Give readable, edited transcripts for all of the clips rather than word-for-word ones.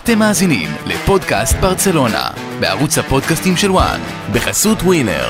אתם מאזינים לפודקאסט ברצלונה, בערוץ הפודקאסטים של וואן, בחסות ווינר.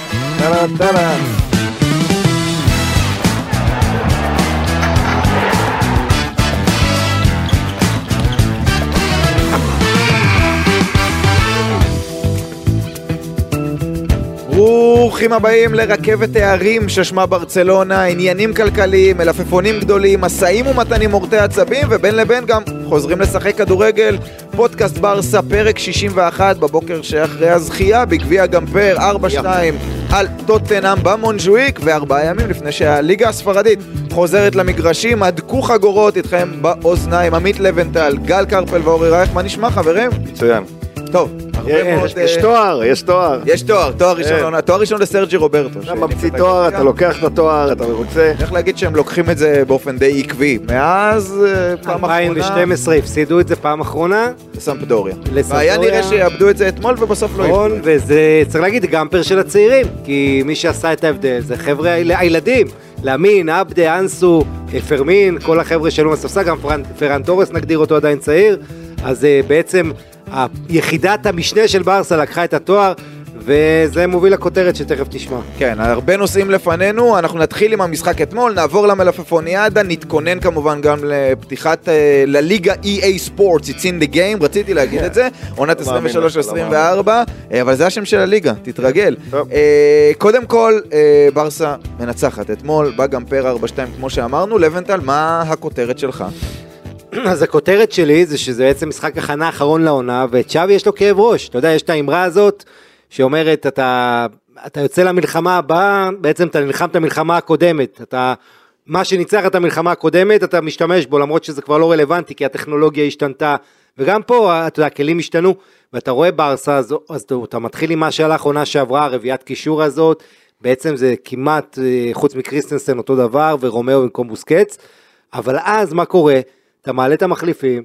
ברוכים הבאים לרכבת הערים ששמה ברצלונה, עניינים כלכליים, מלפפונים גדולים, מסעים ומתנים מורטי עצבים, ובין לבין גם חוזרים לשחק כדורגל. פודקאסט ברסה, פרק 61 בבוקר שאחרי הזכייה בגביע גמפר 4-2 על טוטנהאם במונג'וויק, ו4 ימים לפני שהליגה הספרדית חוזרת למגרשים. הדקו חגורות, איתכם באוזניים עמית לבנטל, גל קרפל ואורי רייך. מה נשמע חברים? מצוין. טוב, יש תואר ראשון לסרג'י רוברטו. אתה ממציא תואר, אתה לוקח את התואר, אתה רוצה. צריך להגיד שהם לוקחים את זה באופן די עקבי. מאז פעם אחרונה 2012 הפסידו את זה פעם אחרונה לסמפדוריה. והיה נראה שיאבדו את זה אתמול ובסוף לא יפלו. וזה צריך להגיד גמפר של הצעירים, כי מי שעשה את ההבדל זה חבר'ה הילדים, לאמין, עבדה, אנסו, פרמין, כל החבר'ה שלו מספסה, גם פרן טורס נגדיר אותו עדיין צעיר. אז בעצם יחידת המשנה של ברסה לקחה את התואר, וזה מוביל לכותרת שתכף תשמע. כן, הרבה נושאים לפנינו. אנחנו נתחיל עם המשחק אתמול, נעבור למלפפוניאדה, נתכונן כמובן גם לפתיחת לליגה EA Sports, It's in the game, רציתי להגיד את זה, עונת 23-24, אבל זה השם של הליגה, תתרגל. קודם כל, ברסה מנצחת אתמול, בגמפר 4-2 כמו שאמרנו. לבנטל, מה הכותרת שלך? אז הכותרת שלי זה שזה בעצם משחק הכנה האחרון לעונה, וצ'אבי יש לו כאב ראש. אתה יודע, יש את האמרה הזאת שאומרת, אתה יוצא למלחמה הבאה, בעצם אתה נלחם את המלחמה הקודמת. מה שניצח את המלחמה הקודמת, אתה משתמש בו, למרות שזה כבר לא רלוונטי, כי הטכנולוגיה השתנתה, וגם פה, אתה יודע, הכלים השתנו, ואתה רואה ברסה, אז אתה מתחיל עם מה שהלך עונה שעברה, הרביעת קישור הזאת, בעצם זה כמעט, חוץ מקריסטנסן אותו דבר, ורומאו במקום בוסקץ, אבל אז מה קורה? אתה מעלה את המחליפים,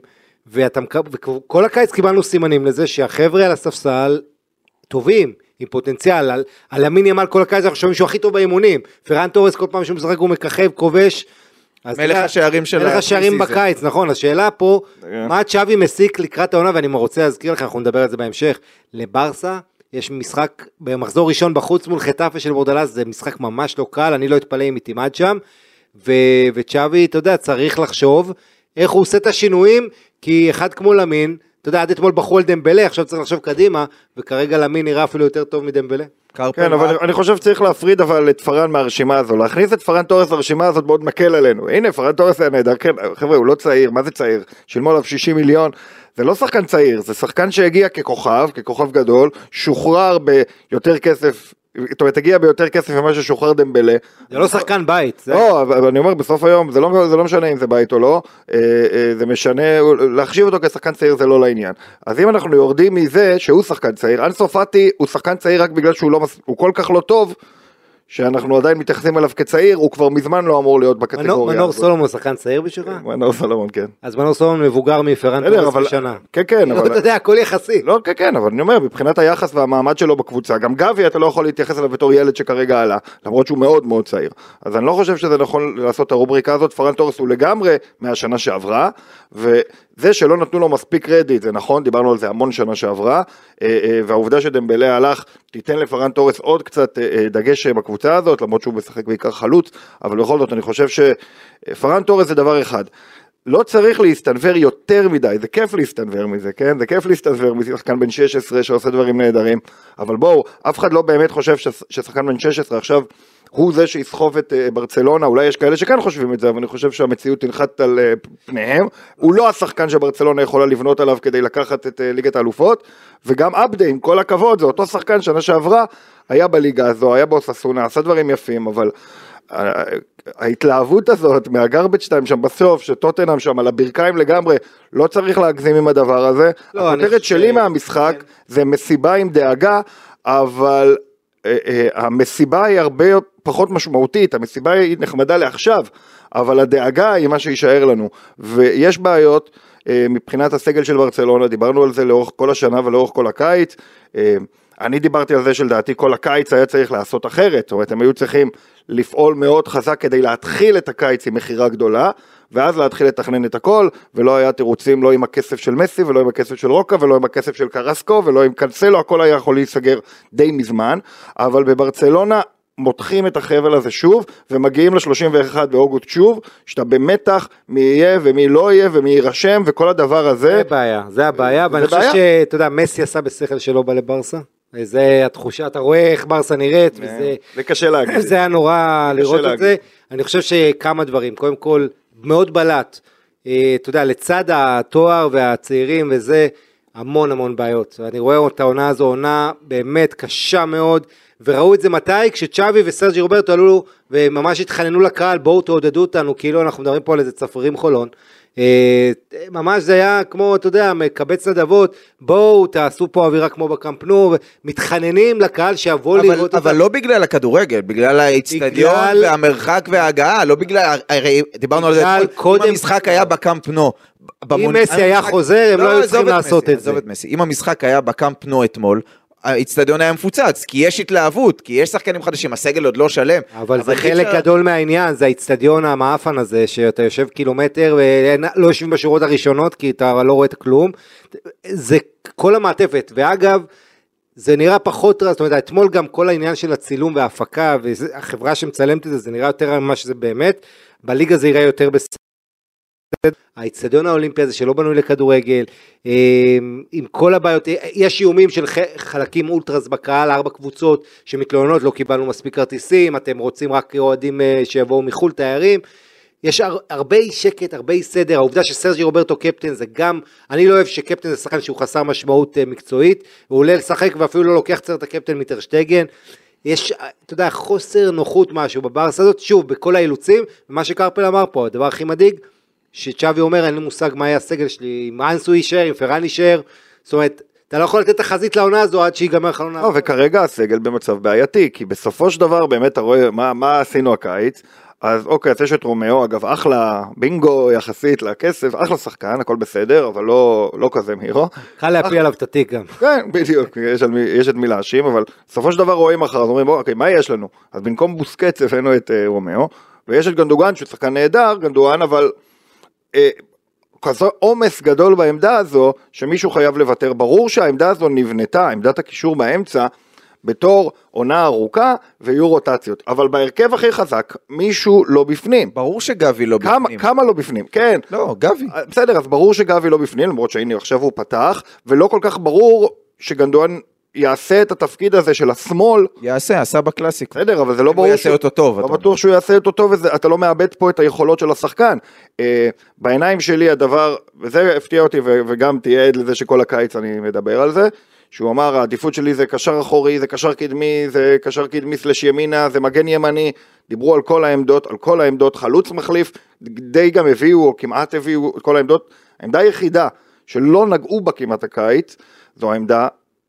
וכל הקיץ קיבלנו סימנים לזה שהחבר'ה על הספסל טובים, עם פוטנציאל, על ימין ימל כל הקיץ אנחנו חושבים שהוא הכי טוב באימונים, פרן טורס כל פעם שהוא משחק הוא מככב, כובש, מלך השערים של מלך השערים בקיץ, נכון, השאלה פה, מה צ'אבי מסיק לקראת העונה, ואני רוצה להזכיר לך, אנחנו נדבר על זה בהמשך, לברסה, יש משחק במחזור ראשון בחוץ מול חטאפה של בורדלס, זה משחק ממש לא קל, אני לא אתפלא אם היא תימד שם, וצ'אבי, אתה יודע, צריך לחשוב איך הוא עושה את השינויים, כי אחד כמו למין, אתה יודע, עד אתמול בחרו על דמבלה, עכשיו צריך לחשוב קדימה, וכרגע למין נראה אפילו יותר טוב מדמבלה. כן, אבל אני חושב שצריך להפריד אבל את פרן מהרשימה הזו, להכניס את פרן טורס לרשימה הזאת מאוד מקל עלינו. הנה, פרן טורס היה נהדר, כן, חבר'ה, הוא לא צעיר, מה זה צעיר? שילמו עליו 60 מיליון, זה לא שחקן צעיר, זה שחקן שהגיע ככוכב גדול, שוחרר ביותר כסף, זאת אומרת, הגיע ביותר כסף ממה ששוחרר דמבלה. זה לא שחקן בית. לא, אבל אני אומר, בסוף היום, זה לא משנה אם זה בית או לא, זה משנה, להחשיב אותו כשחקן צעיר זה לא לעניין. אז אם אנחנו יורדים מזה שהוא שחקן צעיר, אנסו פאטי הוא שחקן צעיר רק בגלל שהוא כל כך לא טוב, שאנחנו עדיין מתייחסים אליו כצעיר, הוא כבר מזמן לא אמור להיות בקטגוריה. מנור סולומון שחקן צעיר בשבילך? מנור סולומון, כן. אז מנור סולומון מבוגר מפרן טורס בשנה. כן, אבל... אתה יודע, הכל יחסי. לא, כן, אבל אני אומר, מבחינת היחס והמעמד שלו בקבוצה, גם גבי אתה לא יכול להתייחס אליו בתור ילד שכרגע עלה, למרות שהוא מאוד מאוד צעיר. אז אני לא חושב שזה נכון לעשות את הרובריקה הזאת, פרן טורס הוא לגמרי מהשנה שעברה, וזה שלא נתנו לו מספיק קרדיט, זה נכון, דיברנו על זה המון שנה שעברה, והעובדה שדמבלה הלך, תיתן לפרן טורס עוד קצת דגש בקבוצה הזאת, למרות שהוא משחק בעיקר חלוץ, אבל בכל זאת אני חושב שפרן טורס זה דבר אחד, לא צריך להסתנבר יותר מדי, זה כיף להסתנבר מזה, כן? זה כיף להסתנבר מזה, שחקן בן 16 שעושה דברים נהדרים, אבל בואו, אף אחד לא באמת חושב ששחקן בן 16 עכשיו הוא זה שיסחוב את ברצלונה, אולי יש כאלה שכן חושבים את זה, אבל אני חושב שהמציאות תנחת על פניהם, הוא לא השחקן שברצלונה יכולה לבנות עליו כדי לקחת את ליגת האלופות, וגם עבדה, עם כל הכבוד, זה אותו שחקן שנה שעברה, היה בליגה הזו, היה באוססונה, עשה דברים יפים, אבל ההתלהבות הזאת מהגרבג' 2 שם בסוף, שטוטנהאם שם על הברכיים לגמרי, לא צריך להגזים עם הדבר הזה, הכותרת שלי מהמשחק, זה מסיבה עם דאגה, אבל המסיבה היא הרבה פחות משמעותית, המסיבה היא נחמדה לעכשיו, אבל הדאגה היא מה שישאר לנו, ויש בעיות מבחינת הסגל של ברצלונה, דיברנו על זה לאורך כל השנה ולאורך כל הקיץ, אני דיברתי על זה שלדעתי כל הקיץ היה צריך לעשות אחרת, זאת אומרת הם היו צריכים לפעול מאוד חזק כדי להתחיל את הקיץ עם מחירה גדולה, ואז להתחיל לתכנן את הכל, ולא היה תירוצים לא עם הכסף של מסי, ולא עם הכסף של רוקה, ולא עם הכסף של קרסקו, ולא עם קנסלו, הכל היה יכול להיסגר די מזמן, אבל בברצלונה, מותחים את החבל הזה שוב, ומגיעים ל-31 באוגוסט שוב, שאתה במתח מי יהיה ומי לא יהיה ומי יירשם, וכל הדבר הזה. זה הבעיה, ואני חושב שאתה יודע, מסי עשה בשכל שלא בא לברסה, וזה התחושה, אתה רואה איך ברסה נראית, זה קשה להגיד. זה היה נורא לראות את זה, אני חושב שכמה דברים, קודם כל, מאוד בלט, אתה יודע, לצד התואר והצעירים וזה, המון בעיות, אני רואה את העונה הזו, עונה באמת קשה מאוד, וראו את זה מתי? כשצ'אבי וסרג'י רוברטו עלו וממש התחננו לקהל, בואו תעודדו אותנו, כאילו אנחנו מדברים פה על איזה צפרים חולון, ממש זה היה כמו, אתה יודע, מקבץ נדבות, בואו תעשו פה אווירה כמו בקמפנו, ומתחננים לקהל שיבוא לראות אותם. אבל לא בגלל הכדורגל, בגלל האצטדיון והמרחק וההגעה, לא בגלל, הרי דיברנו על זה, אם המשחק היה בקמפנו, אם מסי היה חוזר, הם לא היו צריכים לעשות את זה. אם המשחק היה בקמפנו אתמול, האצטדיון היה מפוצץ, כי יש התלהבות, כי יש שחקנים חדשים, הסגל עוד לא שלם. אבל זה חלק גדול מהעניין, זה האצטדיון המאפן הזה, שאתה יושב קילומטר, ולא יושבים בשורות הראשונות, כי אתה לא רואה את כלום, זה כל המעטפת, ואגב, זה נראה פחות רע, זאת אומרת, אתמול גם כל העניין של הצילום וההפקה, והחברה שמצלמת את זה, זה נראה יותר ממה שזה באמת, בליגה זה יראה יותר בסדר, האצטדיון האולימפי הזה שלא בנוי לכדורגל, עם כל הבעיות, יש איומים של חלקים אולטרס בקהל, 4 קבוצות שמתלוננות, לא קיבלנו מספיק כרטיסים, אתם רוצים רק אוהדים שיבואו מחול תיירים, יש הרבה שקט, הרבה סדר, העובדה שסרג'י רוברטו קפטן זה גם, אני לא אוהב שקפטן זה שחקן שהוא חסר משמעות מקצועית, הוא עולה לשחק ואפילו לא לוקח צר את הקפטן מטרשטגן, יש, אתה יודע, חוסר נוחות משהו בברסה הזאת, שוב, בכל האילוצים, ומה שקרפל אמר פה, הדבר הכי מדאיג, שצ'אבי אומר, אין לי מושג מה היה הסגל שלי, אם אנסו יישאר, אם פרן יישאר, זאת אומרת, אתה לא יכול לתת תחזית לעונה הזו עד שיגמר חלונה. וכרגע הסגל במצב בעייתי, כי בסופו של דבר באמת אתה רואה מה עשינו הקיץ, אז אוקיי, יש את רומאו, אגב, אחלה בינגו יחסית לכסף, אחלה שחקן, הכל בסדר, אבל לא כזה מהירו. קל להפיל עליו את התיק גם. כן, בדיוק, יש את מי להאשים, אבל בסופו של דבר רואים אחר, אז אומרים, אוקיי, מה יש לנו? אז במקום בוסקץ הבאנו את רומאו, ויש את גנדוגן, שהוא שחקן נהדר, גנדוגן, אבל כזה עומס גדול בעמדה הזו, שמישהו חייב לוותר. ברור שהעמדה הזו נבנתה, עמדת הקישור באמצע, בתור עונה ארוכה ויהיו רוטציות, אבל בהרכב הכי חזק, מישהו לא בפנים. ברור שגבי לא בפנים. כמה לא בפנים? כן. לא, גבי. בסדר, אז ברור שגבי לא בפנים, למרות שהנה עכשיו הוא פתח, ולא כל כך ברור שגנדואן יעשה את התפקיד הזה של השמאל. עשה בקלאסיק. בסדר, אבל זה לא ברור. הוא יעשה אותו טוב. לא בטוח שהוא יעשה אותו טוב, ואתה לא מאבד פה את היכולות של השחקן. בעיניים שלי הדבר, וזה הפתיע אותי, וגם תהיה עד לזה שכל הקיץ אני מדבר על זה, שהוא אמר, העדיפות שלי זה קשר אחורי, זה קשר קדמי, זה קשר קדמי סלש ימינה, זה מגן ימני, דיברו על כל העמדות, חלוץ מחליף, די גם הביאו, או כמעט הביאו כל העמדות, העמדה היחידה שלא נגעו בה כמעט הקיץ, זו העמדה,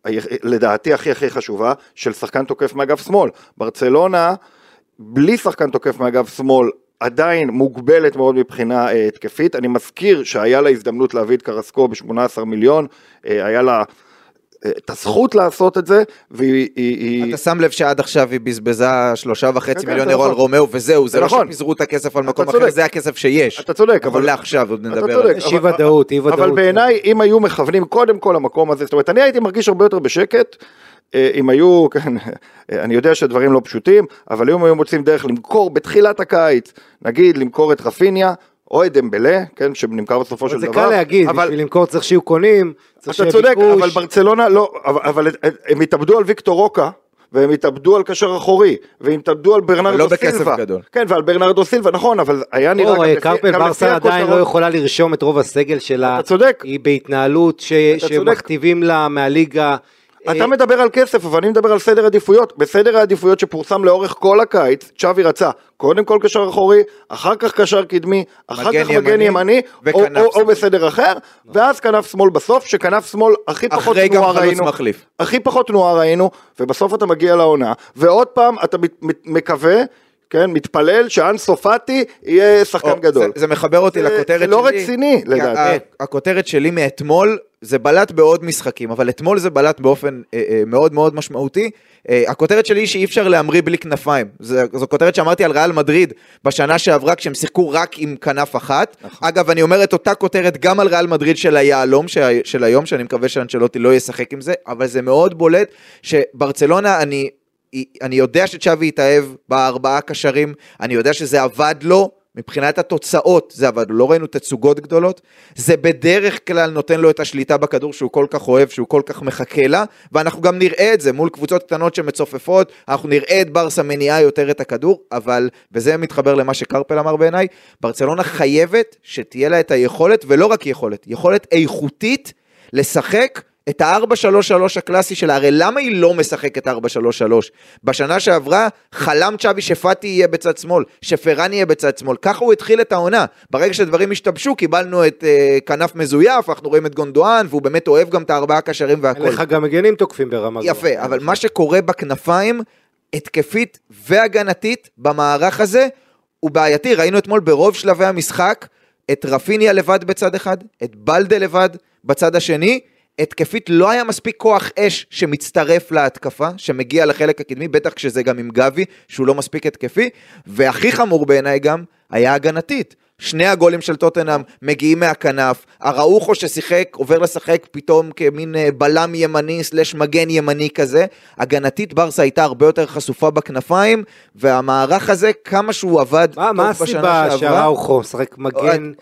לדעתי הכי חשובה, של שחקן תוקף מאגף שמאל. ברצלונה, בלי שחקן תוקף מאגף שמאל, עדיין מוגבלת מאוד מבחינה התקפית, אני מזכיר שהיה לה הזדמנות להביא את קרסקו ב-18 מיליון, היה לה את הזכות לעשות את זה, אתה שם לב שעד עכשיו היא בזבזה 3.5 מיליון אירו על רומאו, וזהו, זה לא שפיזרו את הכסף על מקום אחר, זה הכסף שיש. אתה צודק, אבל לעכשיו עוד נדבר על זה. אי ודאות. אבל בעיניי, אם היו מכוונים קודם כל המקום הזה, זאת אומרת, אני הייתי מרגיש הרבה יותר בשקט, אם היו, אני יודע שהדברים לא פשוטים, אבל אם היו מוצאים דרך למכור בתחילת הקיץ, נגיד למכור את רפיניה, או את דמבלה, כן, שנמכר בסופו של דבר. זה קל להגיד, בשביל למכור צריך שיהיו קונים, אתה צודק, אבל ברצלונה לא, אבל הם התאבדו על ויקטור רוקה, והם התאבדו על קשר אחורי, והם התאבדו על ברנרדו סילבה. כן, ועל ברנרדו סילבה, נכון, אבל היה נראה קרפל, ברסה עדיין לא יכולה לרשום את רוב הסגל שלה. אתה צודק. היא בהתנהלות שמכתיבים לה מהליגה. אתה מדבר על כסף, אבל אני מדבר על סדר עדיפויות. בסדר העדיפויות שפורסם לאורך כל הקיץ, צ'אבי רצה, קודם כל קשר אחורי, אחר כך קשר קדמי, אחר כך מגן ימני, או בסדר אחר, ואז כנף שמאל בסוף, שכנף שמאל הכי פחות תנועה ראינו, הכי פחות תנועה ראינו, ובסוף אתה מגיע לעונה, ועוד פעם אתה מקווה, כן, מתפלל שאנסו פאטי יהיה שחקן גדול. זה מחבר אותי לכותרת שלי. זה לא רציני, לדעתי. הכותרת שלי מאתמול, זה בלט בעוד משחקים, אבל אתמול זה בלט באופן מאוד מאוד משמעותי. הכותרת שלי היא שאי אפשר להמריא בלי כנפיים. זו כותרת שאמרתי על ריאל מדריד בשנה שעברה, כשהם שיחקו רק עם כנף אחת. אגב, אני אומר את אותה כותרת גם על ריאל מדריד של היעלום של היום, שאני מקווה שאנצ'לוטי לא ישחק עם זה, אבל זה מאוד בולט שברצלונה, אני יודע שצ'אבי התאהב בארבעה קשרים, אני יודע שזה עבד לו, מבחינת התוצאות זה עבד, לא ראינו תצוגות גדולות, זה בדרך כלל נותן לו את השליטה בכדור שהוא כל כך אוהב, שהוא כל כך מחכה לה, ואנחנו גם נראה את זה מול קבוצות קטנות שמצופפות, אנחנו נראה את ברסה מניעה יותר את הכדור, אבל, וזה מתחבר למה שקרפל אמר בעיניי, ברצלונה חייבת שתהיה לה את היכולת, ולא רק יכולת איכותית לשחק את ה-4-3-3 הקלאסי שלה, הרי למה היא לא משחקת 4-3-3? בשנה שעברה חלם צ'אבי שפאטי יהיה בצד שמאל, שפרני יהיה בצד שמאל, ככה הוא התחיל את העונה, ברגע שדברים השתבשו, קיבלנו את כנף מזויף, אנחנו רואים את גונדואן, והוא באמת אוהב גם את הארבעה קשרים והכל. אין לך גם מגנים תוקפים ברמה. יפה, אבל מה שקורה בכנפיים, התקפית והגנתית במערך הזה, הוא בעייתי, ראינו אתמול ברוב שלבי המשחק, את רפיניה לבד בצד אחד, את בלדה לבד בצד השני, התקפית לא היה מספיק כוח אש שמצטרף להתקפה, שמגיע לחלק הקדמי, בטח כשזה גם עם גבי, שהוא לא מספיק התקפי, והכי חמור בעיניי גם, היה הגנתית. שני הגולים של טוטנהאם מגיעים מהכנף, הראוחו ששיחק, עובר לשחק פתאום כמין בלם ימני סלש מגן ימני כזה, הגנתית ברסה הייתה הרבה יותר חשופה בכנפיים, והמערך הזה כמה שהוא עבד טוב בשנה שעברה. מה הסיבה שהראוחו שחק מגן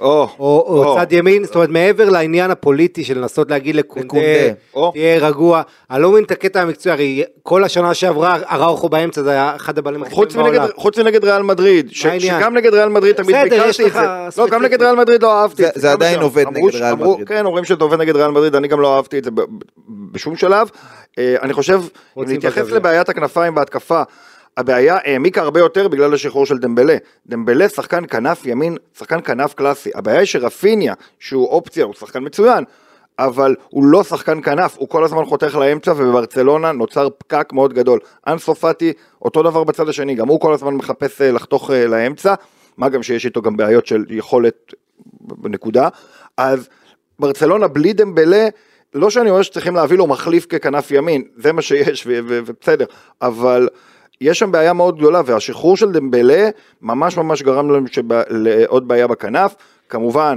או צד ימין, זאת אומרת מעבר לעניין הפוליטי של לנסות להגיד לקונדה, תהיה רגוע, אני לא מבין את הקטע המקצועי, הרי כל השנה שעברה הראוחו באמצע זה היה אחד הבעלים הכי טובים בעולם. חוץ מנגד ריאל מדריד, שגם נגד ריאל מדריד תמיד ביקרתי את זה. לא, גם נגד ריאל מדריד לא אהבתי את זה. זה עדיין עובד נגד ריאל מדריד. כן, אומרים שזה עובד נגד ריאל מדריד, אני גם לא אהבתי את זה בשום שלב. אני חושב, אם נתייחס לבעיית הכנפיים בהתקפה, הבעיה העמיקה הרבה יותר בגלל השחרור של דמבלה. דמבלה שחקן כנף ימין, שחקן כנף קלאסי. הבעיה היא שרפיניה, שהוא אופציה, הוא שחקן מצוין, אבל הוא לא שחקן כנף, הוא כל הזמן חותך לאמצע, ובברצלונה נוצר פקק מאוד גדול. אנסו פאטי, אותו דבר בצד השני, גם הוא כל הזמן מחפש לחתוך לאמצע, מה גם שיש איתו גם בעיות של יכולת בנקודה, אז ברצלונה בלי דמבלה, לא שאני אומר שצריכים להביא לו מחליף ככנף ימין, זה מה שיש ובסדר, אבל יש שם בעיה מאוד גדולה, והשחרור של דמבלה ממש ממש גרם לנו לעוד בעיה בכנף, כמובן,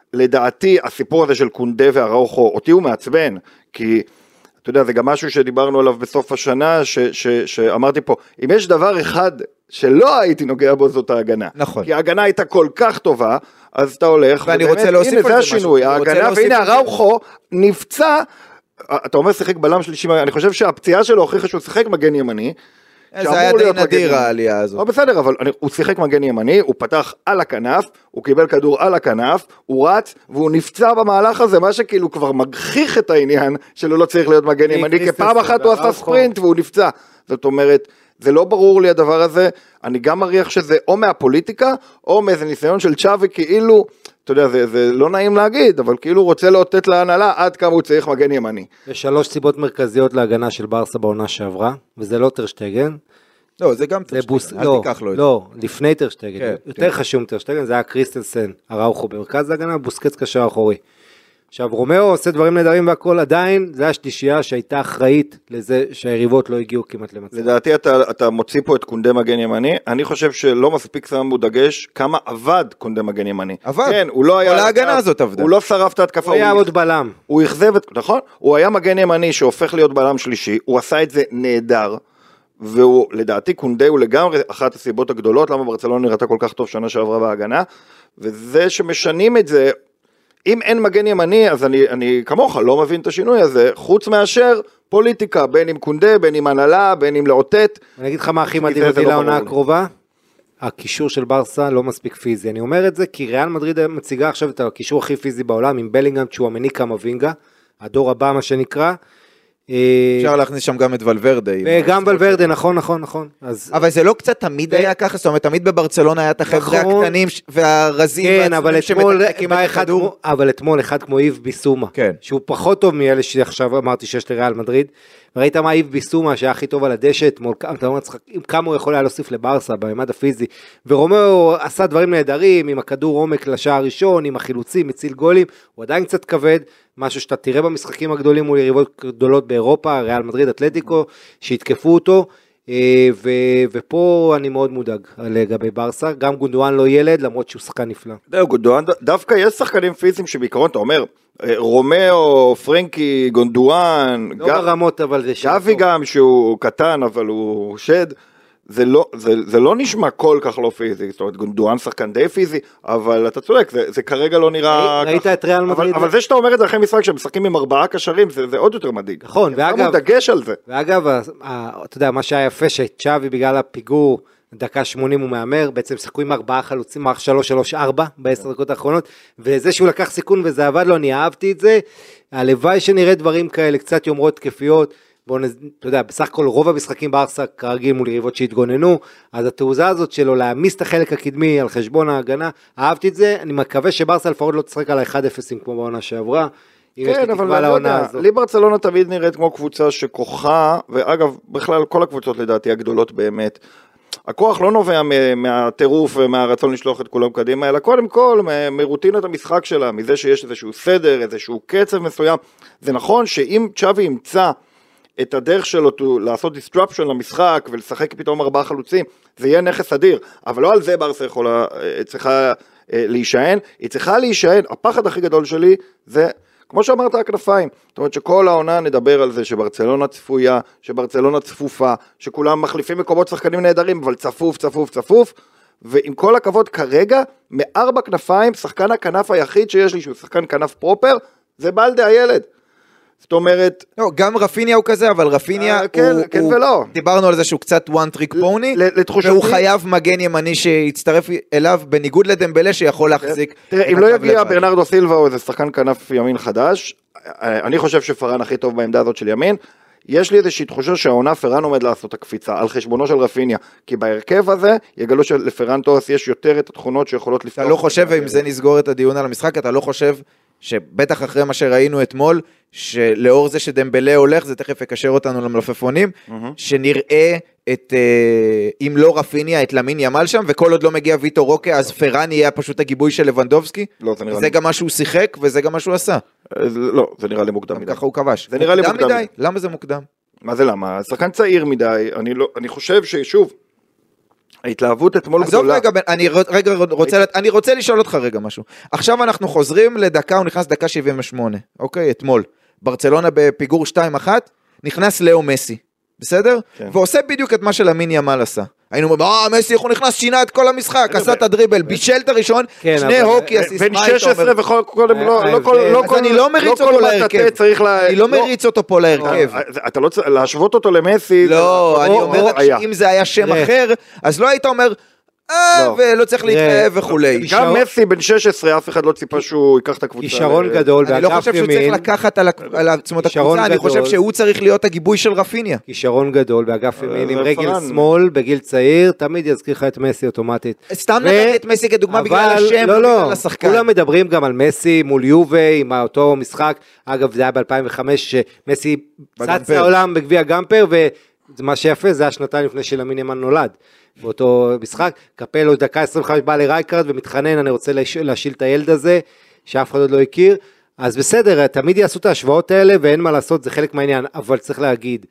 לדעתי הסיפור הזה של קונדה והראוחו, אותי הוא מעצבן, כי אתה יודע, זה גם משהו שדיברנו עליו בסוף השנה, שאמרתי פה, אם יש דבר אחד שלא הייתי נוגע בו, זאת ההגנה. נכון. כי ההגנה הייתה כל כך טובה, אז אתה הולך, ואני רוצה להוסיף על זה משהו. הנה, זה השינוי, ההגנה, והנה הראוחו נפצע, אתה אומר שיחק בלם שלישי, אני חושב שהפציעה שלו הוכיחה שהוא שיחק מגן ימני, זה היה די נדיר העלייה הזאת. בסדר, אבל הוא שיחק מגן ימני, הוא פתח על הכנף, הוא קיבל כדור על הכנף, הוא רץ, והוא נפצע במהלך הזה, מה שכאילו כבר מגחיך את העניין, שלו לא צריך להיות מגן ימני, כי פעם אחת הוא עשה ספרינט והוא נפצע. זאת אומרת, זה לא ברור לי הדבר הזה, אני גם מריח שזה או מהפוליטיקה, או מאיזה ניסיון של צ'אבי, כאילו, אתה יודע, זה לא נעים להגיד, אבל כאילו הוא רוצה לאותת להנהלה עד כמה הוא צריך מגן ימני. יש 3 סיבות מרכזיות להגנה של ברסה בעונה שעברה, וזה לא טרשטגן. לא, זה גם טרשטגן, אל תיקח לו את זה. לא, לפני טרשטגן, יותר חשוב מטרשטגן, זה היה קריסטנסן, הראוחו במרכז ההגנה, בוסקץ קשר אחורי. עכשיו, רומאו עושה דברים נהדרים והכל, עדיין, זה השלישייה שהייתה אחראית לזה שהיריבות לא הגיעו כמעט למצב. לדעתי אתה מוציא פה את קונדה מגן ימני, אני חושב שלא מספיק שמו דגש כמה עבד קונדה מגן ימני. עבד, כן, הוא לא היה... כל ההגנה הזאת עבדה. הוא לא שרף את ההתקפה. הוא היה עוד בלם. הוא הכזב את... נכון? הוא היה מגן ימני שהופך להיות בלם שלישי, הוא עשה את זה נהדר, והוא, לדעתי, קונדה הוא לגמרי אחת הסיבות הגדולות, למה ברצלונה נראתה כל כך טוב שנה שעברה בהגנה, וזה שמשנים את זה, אם אין מגן ימני, אז אני כמוך לא מבין את השינוי הזה, חוץ מאשר פוליטיקה, בין אם קונדה, בין אם הנהלה, בין אם לאותת. אני אגיד לך מה הכי מדהים אותי לעונה הקרובה, הקישור של ברסה לא מספיק פיזי, אני אומר את זה כי ריאל מדריד מציגה עכשיו את הקישור הכי פיזי בעולם, עם בלינגהאם, צ'ואמני, קמבינגה, הדור הבא מה שנקרא, אפשר להכניס שם גם את ולוורדה. וגם ולוורדה, נכון. אבל זה לא קצת תמיד היה ככה, זאת אומרת, תמיד בברצלונה היה את החבר'ה הקטנים והרזים. כן, אבל אתמול אחד כמו איב ביסומה, שהוא פחות טוב מאלה שעכשיו אמרתי שיש לריאל מדריד, וראית מה איב ביסומה שהיה הכי טוב על הדשא, אתמול, אתה אומר, כמה הוא יכול היה להוסיף לברסה בממד הפיזי, ורומאו עשה דברים נהדרים, עם הכדור עומק לשער הראשון, עם החילוצים, מציל גולים, הוא עדיין קצת כבד, משהו שאתה תראה במשחקים הגדולים מול יריבות גדולות באירופה, ריאל מדריד, אתלטיקו, שיתקפו אותו, ופה אני מאוד מודאג לגבי ברסה, גם גונדואן לא ילד, למרות שהוא שחקן נפלא. גונדואן, דווקא יש שחקנים פיזיים שבעיקרון אתה אומר, רומאו, פרנקי, גונדואן, לא ברמות אבל זה גבי גם שהוא קטן אבל הוא שד, זה לא נשמע כל כך לא פיזי, זאת אומרת גונדואן שחקן די פיזי, אבל אתה צודק, זה כרגע לא נראה ראית את ריאל מדריד? אבל זה שאתה אומר את זה אחרי משחק שמשחקים עם 4 קשרים, זה עוד יותר מדאיג. נכון, ואגב, דגש על זה. ואגב, אתה יודע, מה שהיה יפה שצ'אבי בגלל הפיגור, דקה 80 הוא מאמר, בעצם שחקו עם 4 חלוצים, מערך 3-3-4 ב10 דקות האחרונות, וזה שהוא לקח סיכון וזה עבד לו, אני אהבתי את זה, הלוואי שנראה דברים כאלה, קצת יומרות תקפיות, אתה יודע, בסך הכל רוב המשחקים בארסה כרגיל מול יריבות שהתגוננו, אז התעוזה הזאת שלו להמיס את החלק הקדמי על חשבון ההגנה, אהבתי את זה, אני מקווה שבארסה לפחות לא תשחק על ה-1-0 כמו בעונה שעברה, כן, אבל אני לא יודע, לי ברצלונה תמיד נראית כמו קבוצה שכוחה, ואגב, בכלל כל הקבוצות לדעתי הגדולות באמת, הכוח לא נובע מהטירוף ומהרצון לשלוח את כולם קדימה, אלא קודם כל מרוטינת המשחק שלה, מזה שיש איזשהו סדר, איזשהו קצב מסוים, זה נכון שאם צ'אבי ימצא את הדרך שלו לעשות disruption למשחק ולשחק פתאום 4 חלוצים, זה יהיה נכס אדיר, אבל לא על זה ברסה צריכה להישען, היא צריכה להישען, הפחד הכי גדול שלי זה, כמו שאמרת, הכנפיים, זאת אומרת שכל העונה נדבר על זה שברצלונה צפויה, שברצלונה צפופה, שכולם מחליפים מקומות שחקנים נהדרים, אבל צפוף, צפוף, צפוף, ועם כל הכבוד כרגע, מ4 כנפיים, שחקן הכנף היחיד שיש לי, שהוא שחקן כנף פרופר, זה בלדה הילד. זאת אומרת... לא, גם רפיניה הוא כזה, אבל רפיניה כן ולא. דיברנו על זה שהוא קצת one trick pony, והוא חייב מגן ימני שיצטרף אליו, בניגוד לדמבלה שיכול להחזיק. תראה, אם לא יגיע ברנרדו סילבה או איזה שחקן כנף ימין חדש, אני חושב שפרן הכי טוב בעמדה הזאת של ימין, יש לי איזושהי תחושה שהעונה פרן עומד לעשות הקפיצה על חשבונו של רפיניה, כי בהרכב הזה יגלו שלפרן טורס יש יותר את התכונות שיכולות לפתוח. אתה לא חושב, ואם זה נסגור את הדיון על המשחק, אתה לא חושב שבטח אחרי מה שראינו אתמול, שלאור זה שדמבלה הולך, זה תכף יקשר אותנו למלפפונים, שנראה את, אם לא רפיניה, את למין ימל שם, וכל עוד לא מגיע ויטור רוקה, אז פרן יהיה פשוט הגיבוי של לבנדובסקי, זה גם מה שהוא שיחק, וזה גם מה שהוא עשה. לא, זה נראה לי מוקדם מדי. ככה הוא כבש. זה נראה לי מוקדם מדי. למה זה מוקדם? מה זה למה? שחקן צעיר מדי, אני חושב ששוב, ההתלהבות אתמול גדולה. אני רוצה לשאול אותך רגע משהו. עכשיו אנחנו חוזרים לדקה, הוא נכנס דקה 78, אוקיי, אתמול. ברצלונה בפיגור 2-1, נכנס לאו מסי, בסדר? ועושה בדיוק את מה שלמין ימל עשה. היינו אומרים, מסי, הוא נכנס, שינה את כל המשחק, עשה את הדריבל, בישל את הראשון, שני הוקי, בן 16 וקודם, אז אני לא מריץ אותו להרכב. אני לא מריץ אותו פה להרכב. אתה לא צריך להשוות אותו למסי. לא, אני אומר שאם זה היה שם אחר, אז לא היית אומר, ולא צריך להתחייב וכולי. גם מסי בן 16, אף אחד לא ציפה שהוא ייקח את הקבוצה. כישרון גדול, אני לא חושב שהוא צריך לקחת על עצמות הקבוצה, אני חושב שהוא צריך להיות הגיבוי של רפיניה. כישרון גדול באגף ימין, עם רגל שמאל, בגיל צעיר, תמיד יזכיר לך את מסי אוטומטית. סתם נתתי את מסי כדוגמה בגלל השם, לא, לא, כולם מדברים גם על מסי מול יובה, עם אותו משחק, אגב זה היה ב-2005, שמסי צץ העולם בגביע גמפר, ומה שיפה זה השנתיים לפני שלמין ימן נולד. באותו משחק, קפלו דקה 25 בא לרייקרד ומתחנן, אני רוצה להשיל את הילד הזה, שאף אחד עוד לא הכיר, אז בסדר, תמיד יעשו את ההשוואות האלה, ואין מה לעשות, זה חלק מהעניין, אבל צריך להגיד,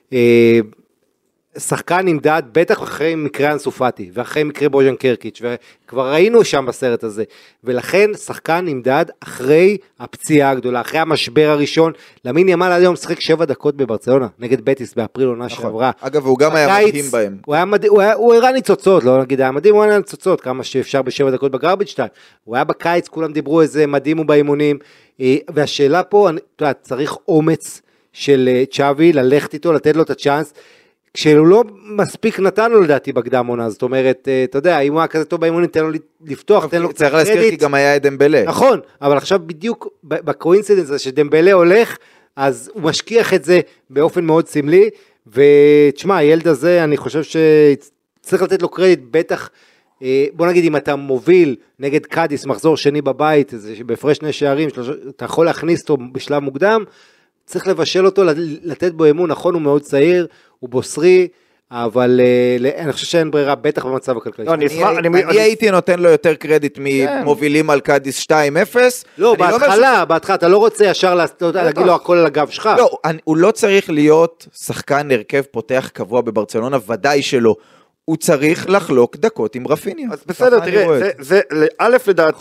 שחקן נמדד, בטח אחרי מקרה אנסופטי, ואחרי מקרה בוז'ן קרקיץ', וכבר ראינו שם בסרט הזה, ולכן שחקן נמדד אחרי הפציעה הגדולה, אחרי המשבר הראשון, למין ימל עד היום שחק 7 דקות בברצלונה, נגד בטיס באפריל עונה שעברה. אגב, הוא גם היה מדהים בהם. הוא הראה ניצוצות, לא נגיד היה מדהים, הוא היה ניצוצות, כמה שאפשר ב7 דקות בגרביץ' 2, הוא היה בקיץ, כולם דיברו איזה מדהים הוא באימונים, והשאלה פה, צריך אומץ של צ'אבי, ללכת איתו, לתת לו את הצ'אנס, כשהוא לא מספיק נתנו לדעתי בקדם עונה, זאת אומרת, אתה יודע, אם הוא היה כזה טוב באימונים, תן לו לפתוח, תן לו קצת צריך להזכיר כי גם היה דמבלה. נכון, אבל עכשיו בדיוק בקואינסידנס הזה שדמבלה הולך, אז הוא משכיח את זה באופן מאוד סמלי, ותשמע, הילד הזה, אני חושב שצריך לתת לו קרדיט, בטח, בוא נגיד, אם אתה מוביל נגד קדיס, מחזור שני בבית, בהפרש 2 שערים, אתה יכול להכניס אותו בשלב מוקדם, צריך לבשל אותו, לתת בו אמון, נכון, הוא מאוד צעיר, הוא בוסרי, אבל אני חושב שאין ברירה, בטח במצב הכלכלי. אני הייתי נותן לו יותר קרדיט ממובילים על קדיס 2-0. לא, בהתחלה, אתה לא רוצה ישר להגיד לו הכל על הגב שלך. לא, הוא לא צריך להיות שחקן הרכב פותח קבוע בברצלונה, ודאי שלא. הוא צריך לחלוק דקות עם רפיניה. אז בסדר, תראה, זה א'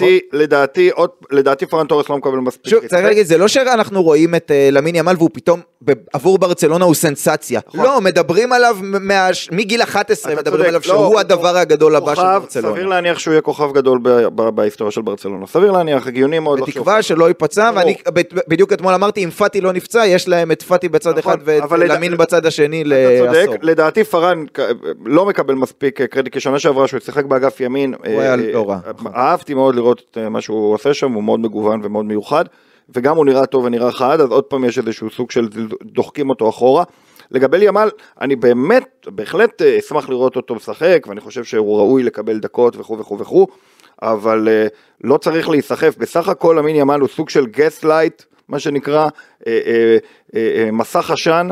לדעתי פרן תורס לא מקבל מספיק. שוב, צריך להגיד, זה לא שאנחנו רואים את למין ימל והוא פתאום עבור ברצלונה הוא סנסציה. לא, מדברים עליו מגיל 11, מדברים עליו שהוא הדבר הגדול הבא של ברצלונה. סביר להניח שהוא יהיה כוכב גדול בהיסטוריה של ברצלונה. סביר להניח, הגיוני מאוד לחשוב. בתקווה שלא ייפצע, ואני בדיוק אתמול אמרתי, אם פאטי לא נפצע, יש להם את פאטי בצד אחד ואת למין בצד השני לעשור. לדעתי פרן לא מקבל מספיק קרדיט, כשנה שעברה שהוא ישחק באגף ימין, אהבתי מאוד לראות מה שהוא עושה שם, הוא מאוד מגוון ומאוד מיוחד, וגם הוא נראה טוב ונראה חד, אז עוד פעם יש איזשהו סוג של דוחקים אותו אחורה. לגבי ימל, אני בהחלט אשמח לראות אותו משחק, ואני חושב שהוא ראוי לקבל דקות וכו' וכו' וכו', אבל לא צריך להיסחף, בסך הכל למין ימל הוא סוג של גסלייט, מה שנקרא מסך עשן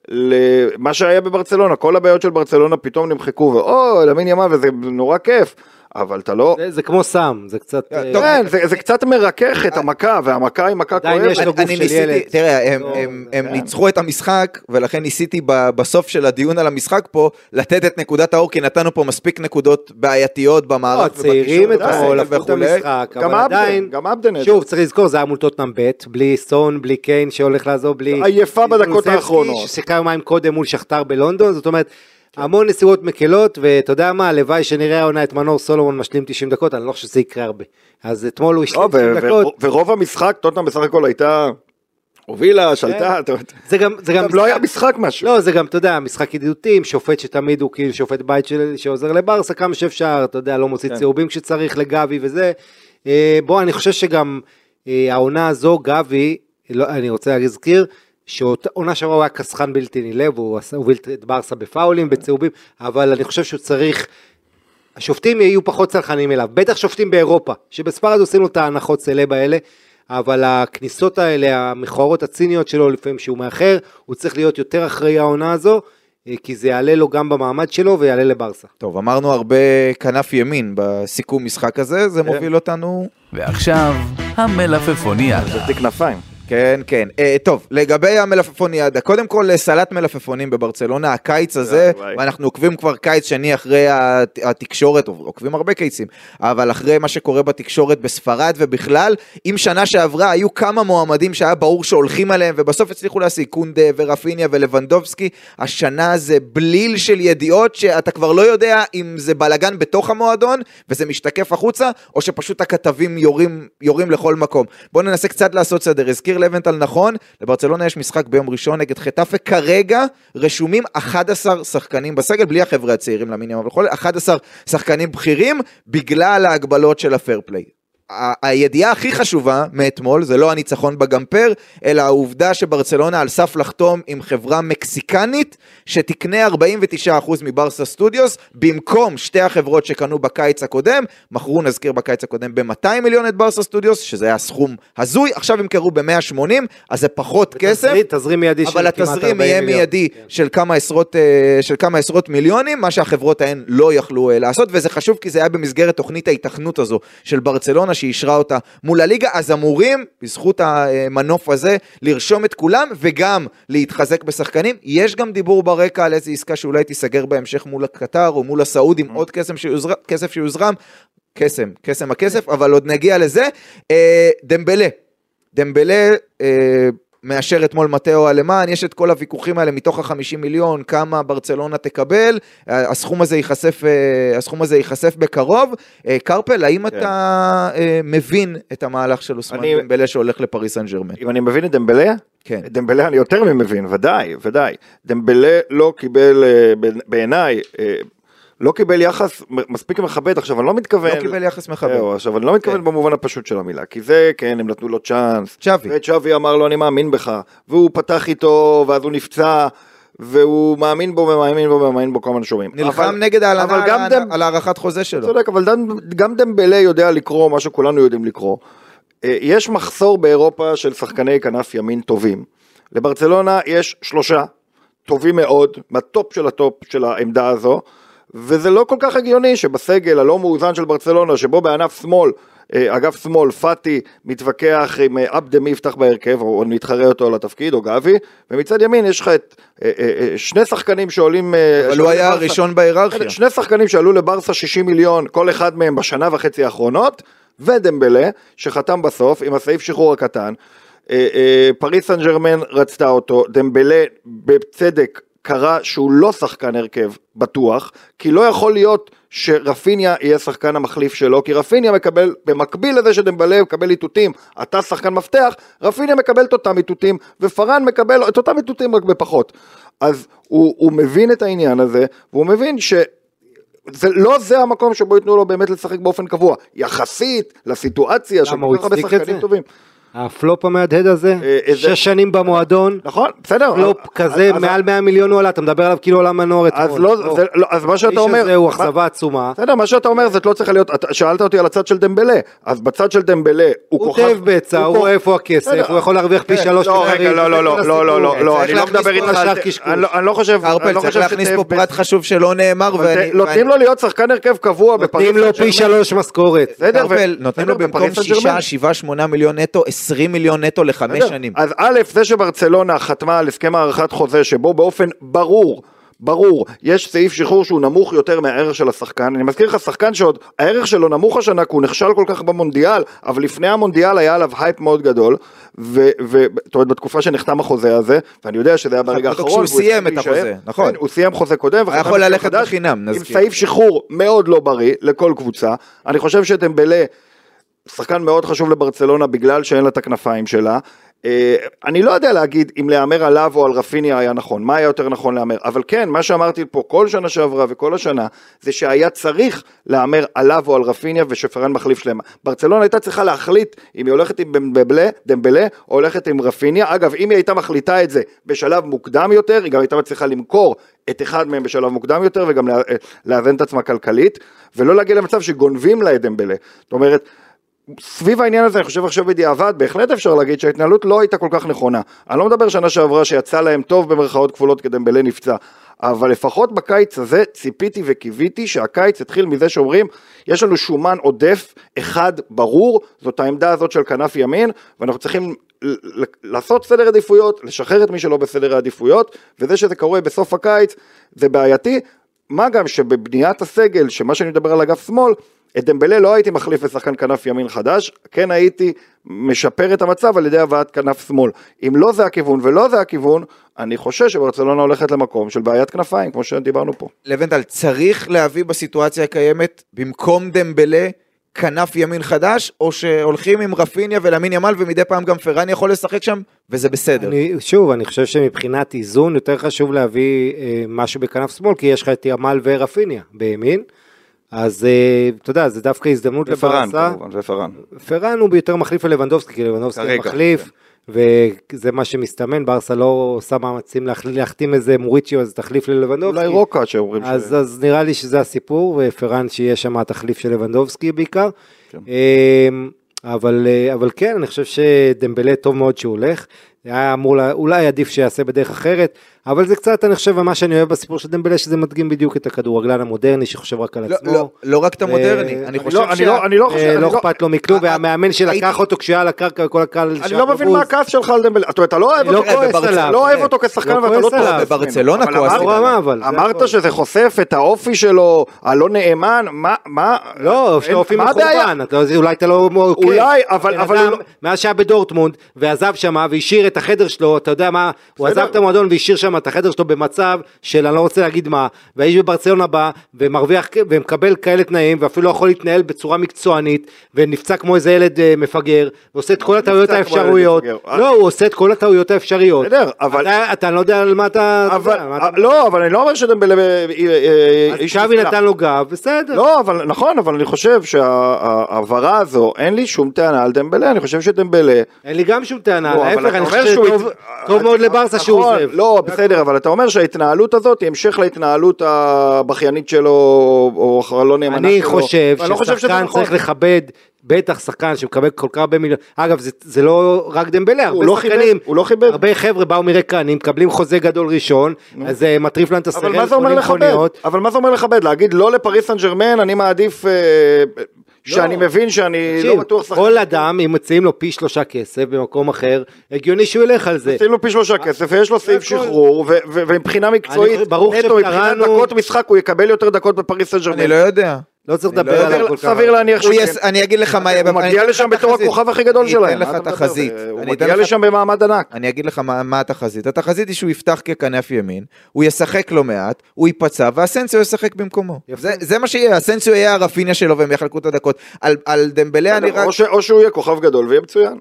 למה שהיה בברצלונה, כל הבעיות של ברצלונה פתאום נמחקו, למין ימה וזה נורא כיף, אבל אתה לא... זה כמו סם, זה קצת... כן, זה קצת מרכך את המכה, והמכה היא מכה כואבת. אני ניסיתי, תראה, הם ניצחו את המשחק, ולכן ניסיתי בסוף של הדיון על המשחק פה, לתת את נקודת האור, כי נתנו פה מספיק נקודות בעייתיות במערך צעירים את המשחק, אבל עדיין, שוב, צריך לזכור, זה היה מול טוטנהאם ב', בלי סון, בלי קיין שהולך לעזוב, בלי... עייפה בדקות האחרונות. ששיחקה יומיים קודם מול שכתר בלונדון, זאת אומרת, המון נסיבות מקלות, ואתה יודע מה, הלוואי שנראה העונה את מנור סולומון משלים 90 דקות, אני לא חושב שזה יקרה הרבה. אז אתמול הוא השלים 90 דקות. ורוב המשחק, טוטנהאם בסך הכל הייתה הובילה, שלטה, זה גם לא היה משחק משהו. לא, זה גם, אתה יודע, משחק ידידותים, שופט שתמיד הוא כאילו שופט בית שעוזר לברסה, כמה שאפשר, אתה יודע, לא מוציא צהובים כשצריך לגבי וזה. בוא, אני חושב שגם העונה הזו, גבי, אני רוצה להזכיר, שעונה שעברה הוא היה כסחן בלתי נלב, הוא הוביל את ברסה בפאולים, בצהובים, אבל אני חושב שהוא צריך, השופטים יהיו פחות צלחנים אליו, בטח שופטים באירופה, שבספרד עושים לו את ההנחות סלב האלה, אבל הכניסות האלה, המכוערות הציניות שלו, לפעמים שהוא מאחר, הוא צריך להיות יותר אחראי העונה הזו, כי זה יעלה לו גם במעמד שלו, ויעלה לברסה. טוב, אמרנו הרבה כנף ימין בסיכום משחק הזה, זה מוביל אותנו... ועכשיו, המלפפוניאדה. זה כנפיים. כן, כן. טוב, לגבי המלפפוניאדה, קודם כל סלט מלפפונים בברצלונה, הקיץ הזה, ואנחנו עוקבים כבר קיץ שני אחרי התקשורת, עוקבים הרבה קיצים, אבל אחרי מה שקורה בתקשורת בספרד ובכלל, אם שנה שעברה היו כמה מועמדים שהיה ברור שהולכים עליהם, ובסוף הצליחו להשיג קונדה ורפיניה ולבנדובסקי, השנה זה בליל של ידיעות שאתה כבר לא יודע אם זה בלגן בתוך המועדון, וזה משתקף החוצה, או שפשוט הכתבים יורים לכל מקום. בואו ננסה קצת לעשות סדר. הזכיר לבנטל נכון, לברצלונה יש משחק ביום ראשון נגד חטאפה, כרגע רשומים 11 שחקנים בסגל, בלי החבר'ה הצעירים למינימום, 11 שחקנים בכירים, בגלל ההגבלות של הפרפליי. הידיעה הכי חשובה מאתמול, זה לא הניצחון בגמפר, אלא העובדה שברצלונה על סף לחתום עם חברה מקסיקנית, שתקנה 49% מברסה סטודיוס, במקום שתי החברות שקנו בקיץ הקודם, מכרו נזכיר בקיץ הקודם ב-200 מיליון את ברסה סטודיוס, שזה היה סכום הזוי, עכשיו הם קראו ב-180, אז זה פחות כסף, תזרים מיידי אבל התזרים יהיה מיידי של כמה עשרות מיליונים, מה שהחברות ההן לא יכלו לעשות, וזה חשוב כי זה היה במסגרת תוכנית ההיתכנות הזו של ברצלונה, שישרה אותה מול הליגה, אז אמורים, בזכות המנוף הזה, לרשום את כולם, וגם להתחזק בשחקנים. יש גם דיבור ברקע על איזו עסקה שאולי תיסגר בהמשך מול הקטר, או מול הסעודים, עוד כסף שיוזרם, קסם הכסף, אבל עוד נגיע לזה. דמבלה, מאשר אתמול מטאו אלמן, יש את כל הוויכוחים האלה מתוך ה-50 מיליון, כמה ברצלונה תקבל, הסכום הזה ייחשף בקרוב. קרפל, האם אתה מבין את המהלך של אוסמן דמבלה שהולך לפריס סן ז'רמן? אם אני מבין את דמבלה? כן. דמבלה אני יותר ממבין, ודאי. דמבלה לא קיבל בעיניי, לא קיבל יחס מספיק מכבד, עכשיו אני לא מתכוון... לא קיבל יחס מכבד. עכשיו אני לא מתכוון במובן הפשוט של המילה, כי זה, כן, הם נתנו לו צ'אנס. וצ'אבי אמר לו, אני מאמין בך, והוא פתח איתו, ואז הוא נפצע, והוא מאמין בו ומאמין בו כל מיני שומעים. נלחם נגד ההלנה על הערכת חוזה שלו. צודק, אבל גם דמבלה יודע לקרוא מה שכולנו יודעים לקרוא. יש מחסור באירופה של שחקני כנף ימין טובים. לברצלונה יש 3 טובים מאוד, מהטופ של הטופ של העמדה הזו, וזה לא כל כך הגיוני שבסגל הלא מאוזן של ברצלונה, שבו בענף שמאל, אגף שמאל, פאטי מתווכח עם אבדמי יפתח בהרכב, או מתחרה אותו לתפקיד, או גבי, ומצד ימין יש לך את שני שחקנים שעולים... אבל הוא היה הראשון בהיררכיה. שני שחקנים שעלו לברסה 60 מיליון, כל אחד מהם בשנה וחצי האחרונות, ודמבלה, שחתם בסוף עם הסעיף שחרור הקטן, פריס סן ז'רמן רצתה אותו, דמבלה בצדק קרא שהוא לא שחקן הרכב בטוח, כי לא יכול להיות שרפיניה יהיה שחקן המחליף שלו, כי רפיניה מקבל, במקביל לזה שדמבלה מקבל איתותים, אתה שחקן מפתח, רפיניה מקבל את אותם איתותים, ופרן מקבל את אותם איתותים רק בפחות. אז הוא מבין את העניין הזה, והוא מבין לא זה המקום שבו ייתנו לו באמת לשחק באופן קבוע, יחסית לסיטואציה של כל כך הרבה שחקנים טובים. הפלופ המהדהד הזה, 6 שנים במועדון, נכון, בסדר. פלופ כזה, מעל 100 מיליון עולה, אתה מדבר עליו כאילו עולה מנור אתמול. אז מה שאתה אומר... האיש הזה הוא אכזבה עצומה. בסדר, מה שאתה אומר, זאת לא צריכה להיות, שאלת אותי על הצד של דמבלה, אז בצד של דמבלה, הוא טב בצע, הוא רואה איפה הכסף, הוא יכול להרוויח פי 3 רגע, לא, אני לא מדבר איתך, אני לא חושב... ארפל, צריך להכניס פה פרט חשוב שלא נאמר, נותנים לו להיות שחקן הרכב קבוע בפריס. נותנים לו פי 3 משכורת. ארפל, נותנים לו במקום 6, 7, 8 מיליון נטו, 20 מיליון נטו ל5 שנים. אז א', זה שברצלונה חתמה על הסכם הערכת חוזה, שבו באופן ברור, יש סעיף שחרור שהוא נמוך יותר מהערך של השחקן. אני מזכיר לך, שחקן שעוד הערך שלו נמוך השנה, כי הוא נכשל כל כך במונדיאל, אבל לפני המונדיאל היה עליו הייפ מאוד גדול, זאת אומרת, בתקופה שנחתם החוזה הזה, ואני יודע שזה היה ברגע האחרון. שהוא סיים את החוזה, נכון. הוא סיים חוזה קודם, היה יכול ללכת בחינם, נזכיר. עם סעיף שחרור מאוד לא בריא לכל קבוצה. אני חושב שדמבלה שחקן מאוד חשוב לברצלונה בגלל שאין לה את הכנפיים שלה. אני לא יודע להגיד אם להאמר עליו או על רפיניה היה נכון, מה היה יותר נכון להאמר, אבל כן, מה שאמרתי פה כל שנה שעברה וכל השנה, זה שהיה צריך להאמר עליו או על רפיניה ושפרן מחליף שלהם. ברצלונה הייתה צריכה להחליט אם היא הולכת עם דמבלה או הולכת עם רפיניה. אגב, אם היא הייתה מחליטה את זה בשלב מוקדם יותר, היא גם הייתה צריכה למכור את אחד מהם בשלב מוקדם יותר, וגם לאזן את עצמה כלכלית, ולא להגיע למצב שגונבים לה את דמבלה. זאת אומרת, סביב העניין הזה, אני חושב עכשיו בדיעבד, בהחלט אפשר להגיד שההתנהלות לא הייתה כל כך נכונה. אני לא מדבר שנה שעברה שיצא להם טוב במרכאות כפולות כדמבלה נפצע, אבל לפחות בקיץ הזה ציפיתי וקיוויתי שהקיץ התחיל מזה שאומרים, יש לנו שומן עודף אחד ברור, זאת העמדה הזאת של כנף ימין, ואנחנו צריכים לעשות סדר עדיפויות, לשחרר את מי שלא בסדר העדיפויות, וזה שזה קורה בסוף הקיץ, זה בעייתי. מה גם שבבניית הסגל, שמה שאני מדבר על אגף שמאל, את דמבלה לא הייתי מחליף לשחקן כנף ימין חדש, כן הייתי משפר את המצב על ידי הבאת כנף שמאל. אם לא זה הכיוון ולא זה הכיוון, אני חושש שברצלונה הולכת למקום של בעיית כנפיים, כמו שדיברנו פה. לבנטל, צריך להביא בסיטואציה הקיימת, במקום דמבלה, כנף ימין חדש, או שהולכים עם רפיניה ולמין ימל, ומדי פעם גם פרן יכול לשחק שם, וזה בסדר. שוב, אני חושב שמבחינת איזון, יותר חשוב להביא משהו בכנף שמאל, כי יש לך את ימל ורפיניה בימין, אז אתה יודע, זה דווקא הזדמנות לברסה. ופרן. פרן הוא ביותר מחליף ללבנדובסקי, כי לבנדובסקי מחליף, וזה מה שמסתמן, ברסה לא עושה מאמצים להחתים איזה מוריציו, אז תחליף ללבנדובסקי. אולי רוקה שאומרים אז נראה לי שזה הסיפור, ופרן שיהיה שם התחליף של לבנדובסקי בעיקר. אבל כן, אני חושב שדמבלה טוב מאוד שהוא הולך, היה אמור, אולי עדיף שיעשה בדרך אחרת, אבל זה קצת, אני חושב, מה שאני אוהב בסיפור של דמבלה, שזה מדגים בדיוק את הכדורגלן המודרני, שחושב רק על עצמו. לא רק את המודרני, אני חושב לא אכפת לו מכלום, והמאמן שלקח אותו כשהיה על הקרקע וכל הקהל... אני לא מבין מה הכעס שלך על דמבלה, אתה לא אוהב אותו כשחקן, ואתה לא טוב. בברצלונה כועס. אמרת שזה חושף את האופי שלו, הלא נאמן, מה... לא, שהאופי מחורבן, אולי אתה לא... אולי, אבל... מאז שהיה בדורטמונד, ועזב שמה, והשאיר את החדר שלו, אתה יודע מה, הוא עזב את המועדון והשאיר שם את החדר שלו במצב של, אני לא רוצה להגיד מה, והאיש בברצלונה בא, ומרוויח, ומקבל כאלה תנאים, ואפילו לא יכול להתנהל בצורה מקצוענית, ונפצע כמו איזה ילד מפגר, ועושה את כל הטעויות האפשריות, לא, הוא עושה את כל הטעויות האפשריות, אתה לא יודע על מה אתה... לא, אבל אני לא אומר שדמבלה... אז שווי נתן לו גב, בסדר. לא, אבל נכון, אבל אני חושב שהעברה הזו, אין לי שום טענה על דמבלה, אני חושב שדמבלה... אין לי גם שום טענה, להפך, אני חושב שטוב מאוד לברסה שהוא עוזב. לא, בסדר, אבל אתה אומר שההתנהלות הזאת היא המשך להתנהלות הבכיינית שלו, או לא נאמנה שלו. אני חושב ששחקן צריך לכבד בטח שחקן שמקבל כל כך הרבה מיליון, אגב זה לא רק דמבלה, הרבה שחקנים, הרבה חבר'ה באו מרקע, אני מקבלים חוזה גדול ראשון, אז זה מטריף להם את הסרט, אבל מה זה אומר לכבד? להגיד לא לפריס סן ז'רמן, אני מעדיף שאני מבין שאני לא בטוח שחקן. כל אדם, אם מציעים לו פי 3 כסף במקום אחר, הגיוני שהוא ילך על זה. מציעים לו פי 3 כסף, ויש לו סעיף שחרור, ומבחינה מקצועית, נטו, מבחינת דקות משחק, הוא יקבל יותר דקות בפריס סן ז'רמן. אני לא יודע. לא צריך לדבר עליו כל כך. סביר להניח שכן. אני אגיד לך מה יהיה. הוא מגיע לשם בתור הכוכב הכי גדול שלהם. אני אתן לך תחזית. הוא מגיע לשם במעמד ענק. אני אגיד לך מה התחזית. התחזית היא שהוא יפתח ככנף ימין, הוא ישחק לא מעט, הוא ייפצע, והסנסיו ישחק במקומו. זה מה שיהיה, הסנסיו יהיה הרפיניה שלו, והם יחלקו את הדקות. על דמבלה אני רק... או שהוא יהיה כוכב גדול ויהיה מצוין.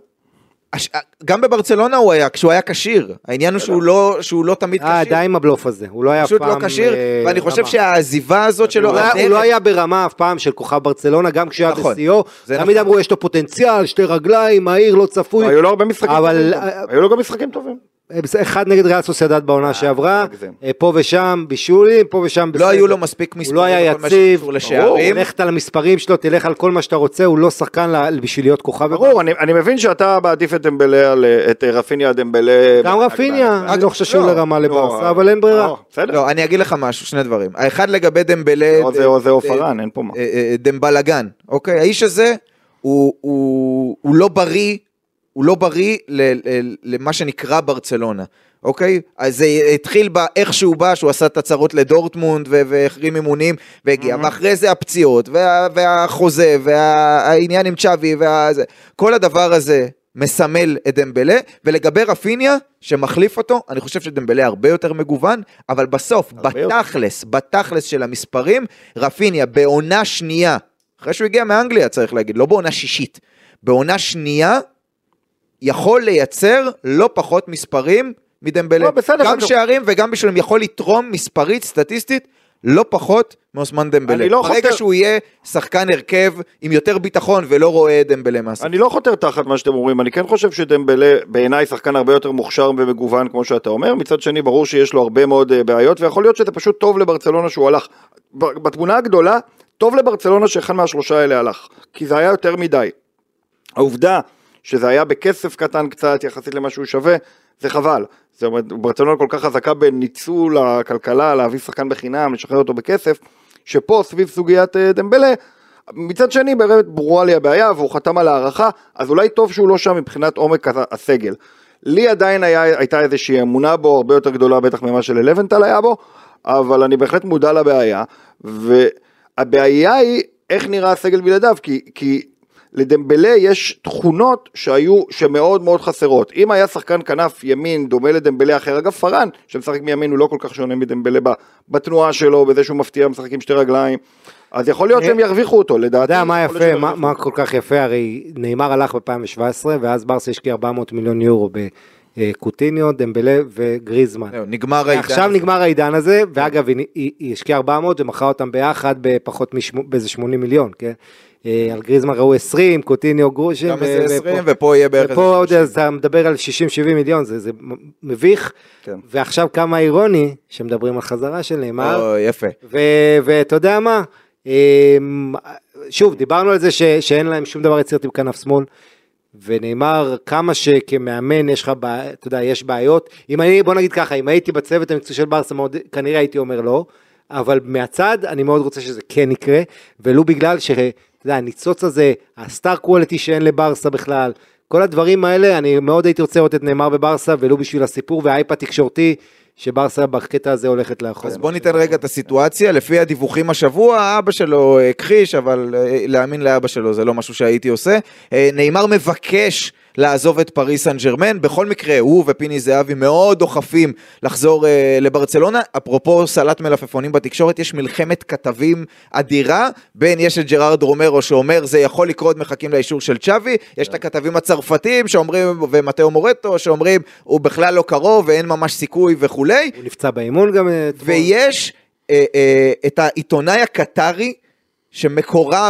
גם בברצלונה הוא היה, כשהוא היה קשיר, העניין הוא שהוא לא תמיד קשיר. די עם הבלוף הזה, הוא לא היה פשוט לא קשיר, ואני חושב שהעזיבה הזאת שלו... הוא לא היה ברמה אף פעם של כוכב ברצלונה, גם כשהוא היה בסיו, תמיד אמרו יש לו פוטנציאל, 2 רגליים, מהיר, לא צפוי. היו לו הרבה משחקים טובים. היו לו גם משחקים טובים. אחד נגד ריאל סוסיידד בעונה שעברה, פה ושם בישולים, פה ושם בסדר. לא היו לו מספיק מספרים. הוא לא היה יציב, הולכת על המספרים שלו, תלך על כל מה שאתה רוצה, הוא לא שחקן בשביל להיות כוכב. ברור, אני מבין שאתה מעדיף את דמבלה, את רפיניה דמבלה. גם רפיניה, אני לא חושב שהוא לרמה לברסה, אבל אין ברירה. לא, אני אגיד לך משהו, 2 דברים. האחד לגבי דמבלה... זה אופרן, אין פה מה. דמבלגן, אוקיי? האיש הזה, הוא לא בריא, הוא לא בריא למה שנקרא ברצלונה, אוקיי? אז זה התחיל באיך שהוא בא, שהוא עשה את הצהרות לדורטמונד והחרים אימונים והגיע, ואחרי זה הפציעות והחוזה והעניין עם צ'אבי, כל הדבר הזה מסמל את דמבלה, ולגבי רפיניה שמחליף אותו, אני חושב שדמבלה הרבה יותר מגוון, אבל בסוף, בתכלס של המספרים, רפיניה בעונה שנייה, אחרי שהוא הגיע מאנגליה צריך להגיד, לא בעונה שישית, בעונה שנייה, יכול לייצר לא פחות מספרים מדמבלה, גם שערים וגם בשביל יכול לתרום מספרית, סטטיסטית, לא פחות מאוסמן דמבלה. ברגע שהוא יהיה שחקן הרכב עם יותר ביטחון ולא רואה דמבלה מהסך. אני לא חותר תחת מה שאתם אומרים, אני כן חושב שדמבלה בעיניי שחקן הרבה יותר מוכשר ומגוון כמו שאתה אומר, מצד שני ברור שיש לו הרבה מאוד בעיות, ויכול להיות שזה פשוט טוב לברצלונה שהוא הלך. בתמונה הגדולה, טוב לברצלונה שאחד מהשלושה האלה הלך, כי זה היה יותר מדי. העובדה שזה היה בכסף קטן קצת, יחסית למה שהוא שווה, זה חבל. זאת אומרת, ברצלונה כל כך חזקה בניצול הכלכלה, להביא שחקן בחינם, לשחרר אותו בכסף, שפה סביב סוגיית דמבלה, מצד שני באמת ברורה לי הבעיה, והוא חתם על הערכה, אז אולי טוב שהוא לא שם מבחינת עומק הסגל. לי עדיין הייתה איזושהי אמונה בו, הרבה יותר גדולה בטח ממה של לבנטל היה בו, אבל אני בהחלט מודע לבעיה, והבעיה היא איך נראה הסגל בלעדיו, כי לדמבלה יש תכונות שמאוד מאוד חסרות. אם היה שחקן כנף ימין דומה לדמבלה אחר, אגב פרן, שמשחק מימין הוא לא כל כך שונה מדמבלה בתנועה שלו, בזה שהוא מפתיע משחק עם 2 רגליים, אז יכול להיות שהם ירוויחו אותו, לדעתי. אתה יודע מה יפה, מה כל כך יפה, הרי נאמר הלך ב-2017, ואז ברסה השקיע 400 מיליון יורו בקוטיניו, דמבלה וגריזמן. נגמר העידן. עכשיו נגמר העידן הזה, ואגב היא השקיעה 400 ומכרה אותם ביחד בפחות באיזה 80 מיליון, כן? על גריזמן ראו 20, קוטיניו גרוש, גם איזה 20, ופה יהיה בערך ופה עוד אתה מדבר על 60-70 מיליון, זה מביך, ועכשיו כמה אירוני, שמדברים על חזרה של נאמר, יפה. ואתה יודע מה, שוב, דיברנו על זה שאין להם שום דבר יצירתי בכנף שמאל, ונאמר כמה שכמאמן יש לך, אתה יודע, יש בעיות, בוא נגיד ככה, אם הייתי בצוות המקצועי של ברסה, כנראה הייתי אומר לא, אבל מהצד אני מאוד רוצה שזה כן יקרה, ולא בגלל ש... אתה יודע, הניצוץ הזה, הסטאר קואליטי שאין לברסה בכלל, כל הדברים האלה, אני מאוד הייתי רוצה לראות את נאמר בברסה, ולא בשביל הסיפור והאייפ התקשורתי, שברסה בקטע הזה הולכת לאחור. אז בוא ניתן רגע את הסיטואציה, לפי הדיווחים השבוע, אבא שלו הכחיש, אבל להאמין לאבא שלו זה לא משהו שהייתי עושה. נאמר מבקש לעזוב את פריס סן ז'רמן, בכל מקרה הוא ופיני זהבי מאוד דוחפים לחזור לברצלונה, אפרופו סלט מלפפונים בתקשורת, יש מלחמת כתבים אדירה, בין יש את ג'רארד רומרו שאומר זה יכול לקרות מחכים לאישור של צ'אבי, יש את הכתבים הצרפתים שאומרים, ומטאו מורטו שאומרים הוא בכלל לא קרוב ואין ממש סיכוי וכולי. הוא נפצע באימון גם. ויש את העיתונאי הקטרי שמקורב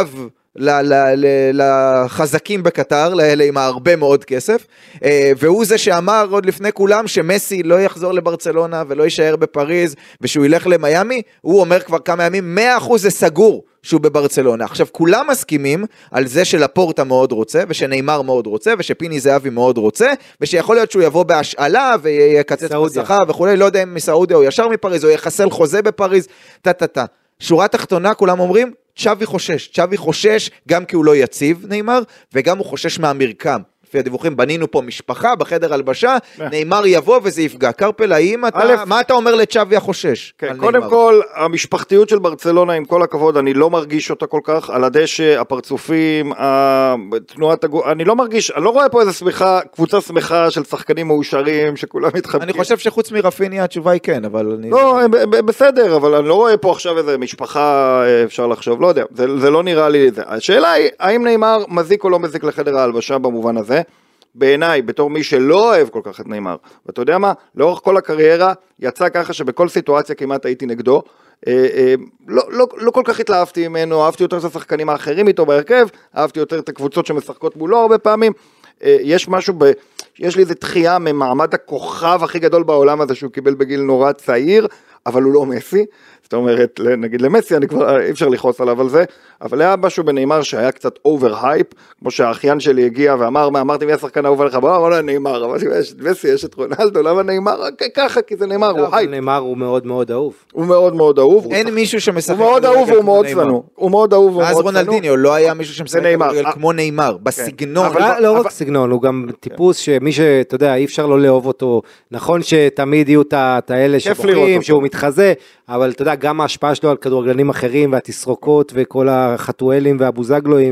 לחזקים בקטר, לאלה עם הרבה מאוד כסף, והוא זה שאמר עוד לפני כולם שמסי לא יחזור לברצלונה ולא יישאר בפריז ושהוא ילך למיימי, הוא אומר כבר כמה ימים 100% זה סגור שהוא בברצלונה. עכשיו כולם מסכימים על זה שלפורטה מאוד רוצה ושניימר מאוד רוצה ושפיני זהבי מאוד רוצה ושיכול להיות שהוא יבוא בהשאלה ויקצץ בשכר וכולי, לא יודע אם מסעודיה או ישר מפריז או יחסל חוזה בפריז, שורה תחתונה כולם אומרים צ'אבי חושש גם כי הוא לא יציב ניימר, וגם הוא חושש מהמרקם. לפי הדיווחים, בנינו פה משפחה בחדר הלבשה, ניימר יבוא וזה יפגע. קרפל, מה אתה אומר לצ'אבי החושש? קודם כל, המשפחתיות של ברצלונה, עם כל הכבוד, אני לא מרגיש אותה כל כך, על הדשא, הפרצופים, תנועת הגוף, אני לא רואה פה איזה שמחה, קבוצה שמחה של שחקנים מאושרים, שכולם מתחבקים. אני חושב שחוץ מרפיניה התשובה היא כן, אבל אני... לא, בסדר, אבל אני לא רואה פה עכשיו איזה משפחה, אפשר לחשוב, לא יודע, זה לא נראה לי זה. השאלה היא, האם ניימר מזיק או לא מזיק לחדר ההלבשה במובן הזה? בעיניי, בתור מי שלא אוהב כל כך את ניימר, ואתה יודע מה, לאורך כל הקריירה, יצא ככה שבכל סיטואציה כמעט הייתי נגדו, לא כל כך התלהבתי ממנו, אהבתי יותר את השחקנים האחרים איתו בהרכב, אהבתי יותר את הקבוצות שמשחקות מולו הרבה פעמים, יש לי איזה דחייה ממעמד הכוכב הכי גדול בעולם הזה שהוא קיבל בגיל נורא צעיר, אבל הוא לא מסי, זאת אומרת, נגיד למסי, אני כבר אי אפשר לחוץ עליו על זה, אבל היה משהו בניימר שהיה קצת אובר הייפ, כמו שהאחיין שלי הגיע ואמר, אמרתי מי השחקן אהוב עליך, בוא ניימר, אמרתי, יש את מסי, יש את רונלדו, למה ניימר? ככה, כי זה ניימר, הוא הייפ. ניימר הוא מאוד מאוד אהוב. הוא מאוד מאוד אהוב. אין מישהו שמשחק הוא מאוד אהוב והוא מאוד צנוע. הוא מאוד אהוב והוא מאוד צנוע. אז רונלדיניו, לא היה מישהו שמשחק כמו ניימר, בסגנון. לא רק סגנון, הוא גם טיפוס שמי שאתה יודע, אי אפשר לא לאהוב אותו. נכון שתמיד יהיו את האלה שבוחרים, שהוא מתחזה, אבל אתה יודע, גם ההשפעה שלו על כדורגלנים אחרים, והתסרוקות, וכל החתואלים והבוזגלואים,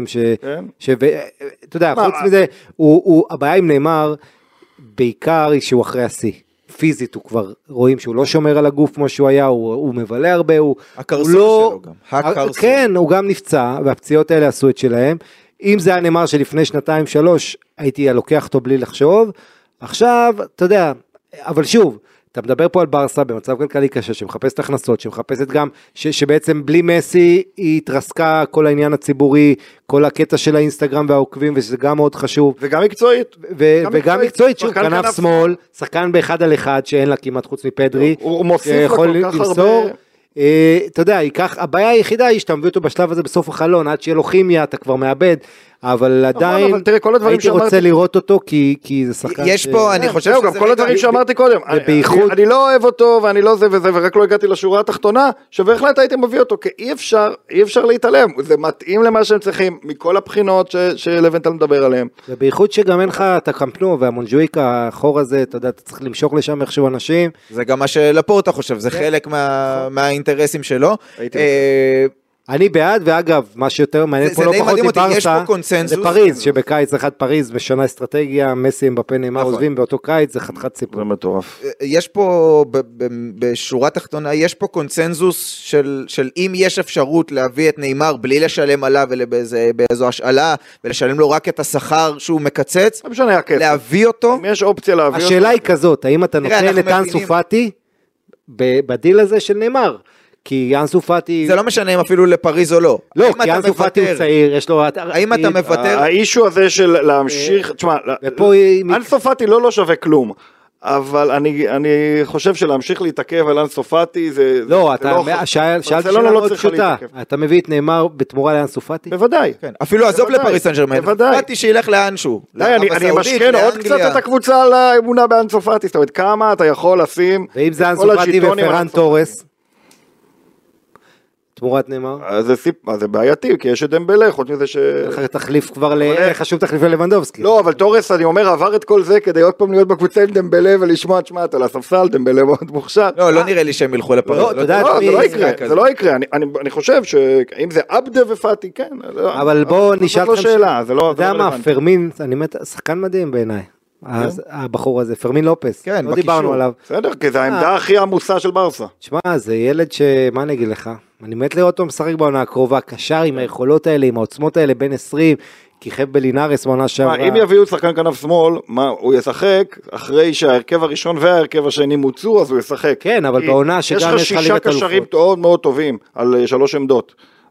אתה יודע, חוץ מזה, הבעיה עם ניימר, בעיקר היא שהוא אחרי השיא. פיזית הוא כבר רואים שהוא לא שומר על הגוף כמו שהוא היה, הוא מבלה הרבה, הקרסול שלו גם. כן, הוא גם נפצע, והפציעות האלה עשו את שלהם. אם זה היה ניימר שלפני 2-3, הייתי לוקח אותו בלי לחשוב. עכשיו, אתה יודע, אבל שוב, אתה מדבר פה על ברסה במצב כלכלי קשה, שמחפשת הכנסות, שמחפשת גם, שבעצם בלי מסי היא התרסקה כל העניין הציבורי, כל הקטע של האינסטגרם והעוקבים, וזה גם מאוד חשוב. וגם מקצועית. וגם מקצועית, שוב, כנף שמאל, שחקן באחד על אחד, שאין לה כמעט חוץ מפדרי. הוא מוסיף לכל כך הרבה. אתה יודע, הבעיה היחידה היא שאתה מביא אותו בשלב הזה בסוף החלון, עד שיהיה לו כימיה, אתה כבר מאבד, אבל עדיין הייתי רוצה לראות אותו, כי זה שחקן... יש פה, אני חושב שזה... גם כל הדברים שאמרתי קודם, אני לא אוהב אותו, ואני לא זה וזה, ורק לא הגעתי לשורה התחתונה, שבהחלט הייתי מביא אותו, כי אי אפשר להתעלם, זה מתאים למה שהם צריכים, מכל הבחינות שלבנטל מדבר עליהם. ובייחוד שגם אין לך את הקמפנו, והמונג'ויק, החור הזה, אתה יודע, אתה צריך למשוך לשם איכשהו אנשים. זה גם מה שלפורטה חושב, זה חלק מהאינטרסים שלו. אני בעד, ואגב, מה שיותר מעניין פה לא פחות מברסה, זה פריז, שבקיץ זה אחד פריז, בשנה אסטרטגיה, מסי אמבפה ניימר עוזבים באותו קיץ, זה חתיכת סיפור. זה מטורף. יש פה, בשורה תחתונה, יש פה קונצנזוס של אם יש אפשרות להביא את ניימר בלי לשלם עליו, באיזו השאלה, ולשלם לו רק את השכר שהוא מקצץ, להביא אותו. אם יש אופציה להביא אותו. השאלה היא כזאת, האם אתה נותן את אנסו פאטי בדיל הזה של ניימר? כי אנסו פאטי... זה לא משנה אם אפילו לפריז או לא. לא, כי אנסו פאטי הוא צעיר, יש לו... האם אתה מוותר... האישו הזה של להמשיך... תשמע, אנסו פאטי לא שווה כלום. אבל אני חושב שלהמשיך להתעכב על אנסו פאטי זה... לא, שאלת שאלה מאוד פשוטה. אתה מביא את ניימר בתמורה לאנסו פאטי? בוודאי. אפילו עזוב לפריז סן ז'רמן. פאטי שילך לאנשהו. אני משכן עוד קצת את הקבוצה על האמונה באנסו פאטי. זאת אומרת, כמה אתה יכול לשים... ואם זה אנסו פאטי ופרן טורס? תמורת ניימר? זה בעייתי, כי יש את דמבלה, חוץ מזה ש... תחליף כבר, חשוב תחליף ללבנדובסקי. לא, אבל טורס, אני אומר, עבר את כל זה, כדי עוד פעם להיות בקבוצה עם דמבלה, ולשמוע, תשמע, אתה לספסל, דמבלה מאוד מוכשר. לא נראה לי שהם ילכו לפריז. זה לא יקרה, אני חושב שאם זה אבדה ופאטי, כן. אבל בואו נשאל אתכם שאלה, זה לא... אתה יודע מה, פרמין, אני מת, שחקן מדהים בעיניי. הבחור הזה, פרמין לופס, לא דיברנו עליו. בסדר, כי זה העמדה הכי עמוסה של ברסה. תשמע, זה ילד מה אני אגיד לך? אני מת לראות אותו משחק בעונה הקרובה, קשר עם היכולות האלה, עם העוצמות האלה, בין 20, כיכב בלינארס בעונה שעברה. אם יביאו שחקן כנף שמאל, הוא ישחק, אחרי שההרכב הראשון וההרכב השני מוצאו, אז הוא ישחק. כן, אבל בעונה שגם יש לך 6 קשרים מאוד מאוד טובים, על 3 עמדות.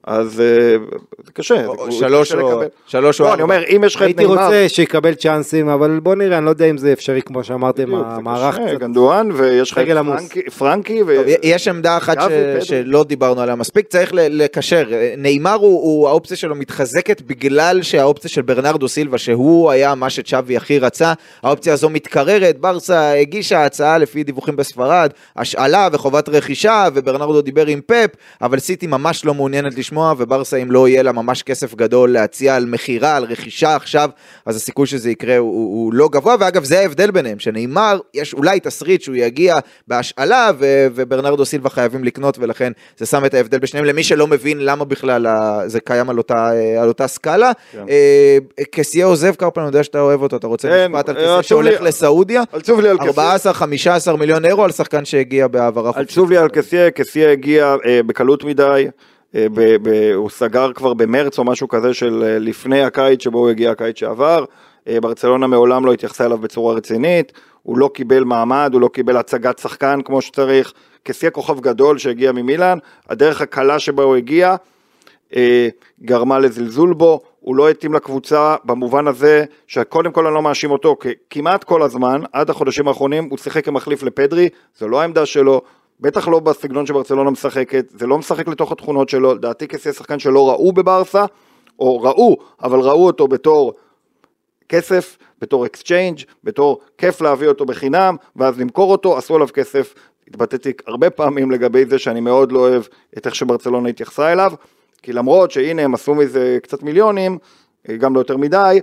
אז זה קשה. שלוש או לא, אני אומר, אם יש לך את הייתי רוצה שיקבל צ'אנסים, אבל בוא נראה, אני לא יודע אם זה אפשרי, כמו שאמרתם, המערך קצת. גנדואן, ויש לך את פרנקי. יש עמדה אחת שלא דיברנו עליה מספיק, צריך לקשר. ניימר הוא האופציה שלו מתחזקת, בגלל שהאופציה של ברנרדו סילבה, שהוא היה מה שצ'אבי הכי רצה, האופציה הזו מתקררת, ברסה הגישה הצעה לפי דיווחים בספרד, השאלה וחובת רכישה, וברנרדו דיבר עם פפ, אבל סיטי ממש לא מעוניינת לשמוע, וברסה אם לא יהיה לה ממש כסף גדול להציע על מחירה, על רכישה עכשיו, אז הסיכוי שזה יקרה הוא לא גבוה, ואגב זה ההבדל ביניהם, שניימר יש אולי תסריט שהוא יגיע בהשאלה, וברנרדו סילבה חייבים לקנות, ולכן זה שם את ההבדל בשניהם, למי שלא מבין למה בכלל זה קיים על אותה סקאלה. קסיה עוזב, קרפל, אני יודע שאתה אוהב אותו, אתה רוצה משפט על קסיה שהולך לסעודיה? 14-15 מיליון אירו על שחקן שהגיע בעברה חופשית. עצוב לי על קסיה הגיע בקלות מדי, הוא סגר כבר במרץ או משהו כזה של לפני הקיץ שבו הוא הגיע הקיץ שעבר, ברצלונה מעולם לא התייחסה אליו בצורה רצינית, הוא לא קיבל מעמד, הוא לא קיבל הצגת שחקן כמו שצריך, קסיה כוכב גדול שהגיע ממילאן, הדרך הקלה שבה הוא הגיע, גרמה לזלזול בו, הוא לא התאים לקבוצה במובן הזה, שקודם כל אני לא מאשים אותו, כמעט כל הזמן, עד החודשים האחרונים, הוא שיחק כמחליף לפדרי, זו לא העמדה שלו, בטח לא בסגנון שברצלונה משחקת, זה לא משחק לתוך התכונות שלו, לדעתי קסיה שחקן שלא ראו בברסה, או ראו, אבל ראו אותו בתור כסף, בתור אקסצ'יינג', בתור כיף להביא אותו בחינם, ואז למכור אותו, עשו עליו כסף, התבטאתי הרבה פעמים לגבי זה שאני מאוד לא אוהב את איך שברצלונה התייחסה אליו, כי למרות שהנה הם עשו מזה קצת מיליונים, גם לא יותר מדי,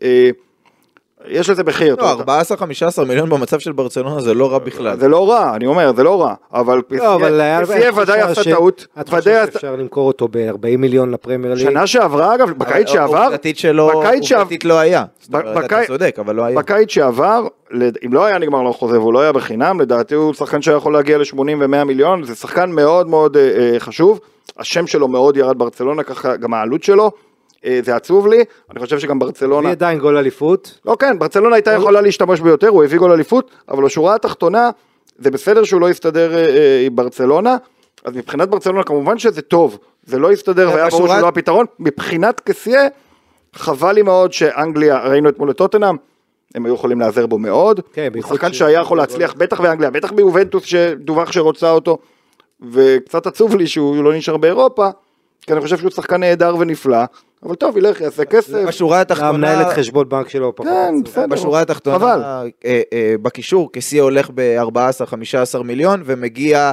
יש לזה בחיר. לא, 14-15 מיליון במצב של ברצלונה זה לא רע בכלל. זה לא רע, אני אומר, זה לא רע, אבל פסיה ודאי עשה טעות. את חושבת שאפשר למכור אותו ב-40 מיליון לפרמייר ליג? שנה שעברה, אגב, בקיץ שעבר, עובדתית לא היה. אתה צודק, אבל לא היה. בקיץ שעבר, אם לא היה נגמר לו חוזה, והוא לא היה בחינם, לדעתי הוא שחקן שיכול להגיע ל-80 ו-100 מיליון, זה שחקן מאוד מאוד חשוב, השם שלו מאוד ירד ברצלונה, ככה גם העלות שלו, זה עצוב לי, אני חושב שגם ברצלונה... הביא עדיין גול אליפות. לא, כן, ברצלונה הייתה יכולה להשתמש ביותר, הוא הביא גול אליפות, אבל בשורה התחתונה, זה בסדר שהוא לא יסתדר עם ברצלונה, אז מבחינת ברצלונה כמובן שזה טוב, זה לא יסתדר והיה ברור שלא הפתרון, מבחינת קסיה, חבל לי מאוד שאנגליה, ראינו אתמול לטוטנהאם, הם היו יכולים לעזר בו מאוד, הוא שחקן שהיה יכול להצליח, בטח באנגליה, בטח ביובנטוס שדווח שרוצה אותו, וקצת עצוב לי שהוא לא נשאר באירופה, כי אני חושב שהוא שחקן נהדר ונפלא, אבל טוב, ילך, יעשה כסף. בשורה התחתונה... מנהלת חשבון בנק שלו. כן, בסדר. בשורה התחתונה, בקישור, קסיה הולך ב-14-15 מיליון, ומגיע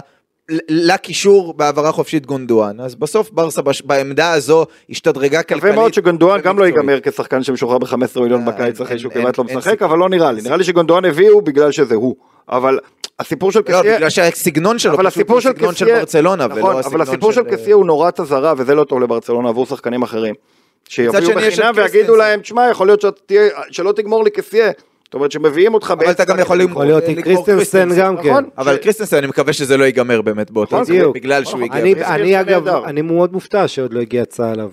לקישור בעברה חופשית גונדואן. אז בסוף ברסה בעמדה הזו השתדרגה כלכלית. הרבה מאוד שגונדואן גם לא ייגמר כשחקן שמשוחרר ב-15 מיליון בקיץ אחרי שהוא כמעט לא משחק, אבל לא נראה לי. נראה לי שגונדואן הביאו בגלל שזה הוא. אבל הסיפור של קסיה... לא, בגלל שהסגנון שלו פשוט הוא סגנון של ברצלונה, נכון, אבל הסיפור של קסיה הוא נורא תזרה, וזה לא טוב לברצלונה עבור שחקנים אחרים. שיביאו בחינם ויגידו להם, תשמע, יכול להיות שלא תגמור לי קסיה. זאת אומרת שמביאים אותך... אבל אתה גם יכול להיות עם קריסטנסן גם כן. אבל קריסטנסן, אני מקווה שזה לא ייגמר באמת באותו, בגלל שהוא הגיע. אני אגב, אני מאוד מופתע שעוד לא הגיע הצעה עליו.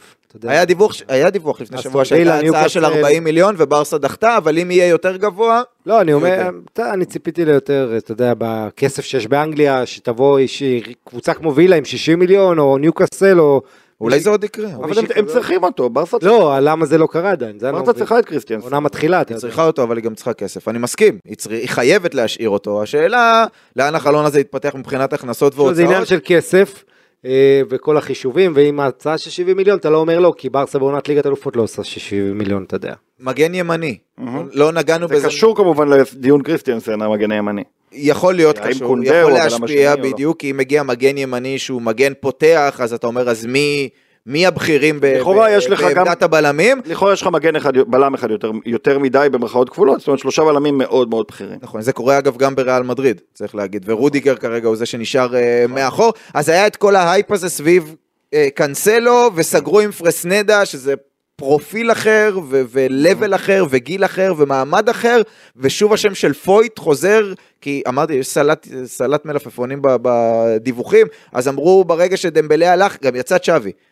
היה דיווח לפני שבוע שהייתה הצעה של 40 מיליון וברסה דחתה, אבל אם יהיה יותר גבוה... לא, אני אומר, אני ציפיתי ליותר, אתה יודע, בכסף שיש באנגליה, שתבוא קבוצה כמו וילה עם 60 מיליון, או ניוקאסל, או... אולי זה עוד יקרה. אבל הם צריכים אותו, ברסה... לא, למה זה לא קרה עדיין? ברסה צריכה את קריסטיאנסן. עונה מתחילה. היא צריכה אותו, אבל היא גם צריכה כסף. אני מסכים, היא חייבת להשאיר אותו. השאלה, לאן החלון הזה יתפתח מבחינת הכנסות והוצאות? זה עניין של כסף, וכל החישובים, ועם ההצעה של 70 מיליון, אתה לא אומר לא, כי ברסה בעונת ליגת אלופות לא עושה 70 מיליון, אתה יודע. מגן ימני. לא נגענו בזה. זה קשור כמובן לדיון קריסטיאנסן, המגן הימני. יכול להיות קשור, יכול להשפיע בדיוק, כי אם מגיע מגן ימני שהוא מגן פותח, אז אתה אומר, אז מי הבכירים בעמדת הבלמים? לכאורה יש לך בלם אחד יותר מדי במרכאות כפולות, זאת אומרת 3 בלמים מאוד מאוד בכירים. נכון, זה קורה אגב גם בריאל מדריד, צריך להגיד, ורודיגר כרגע הוא זה שנשאר מאחור, אז היה את כל ההייפ הזה סביב קנסלו, וסגרו עם פרסנדה, שזה פרופיל אחר, ולבל אחר, וגיל אחר, ומעמד אחר, ושוב השם של פויט חוזר, כי אמרתי, יש סלט מלפפונים בדיווחים, אז אמרו ברגע שדמבלה הלך, גם יצא צ'אבי,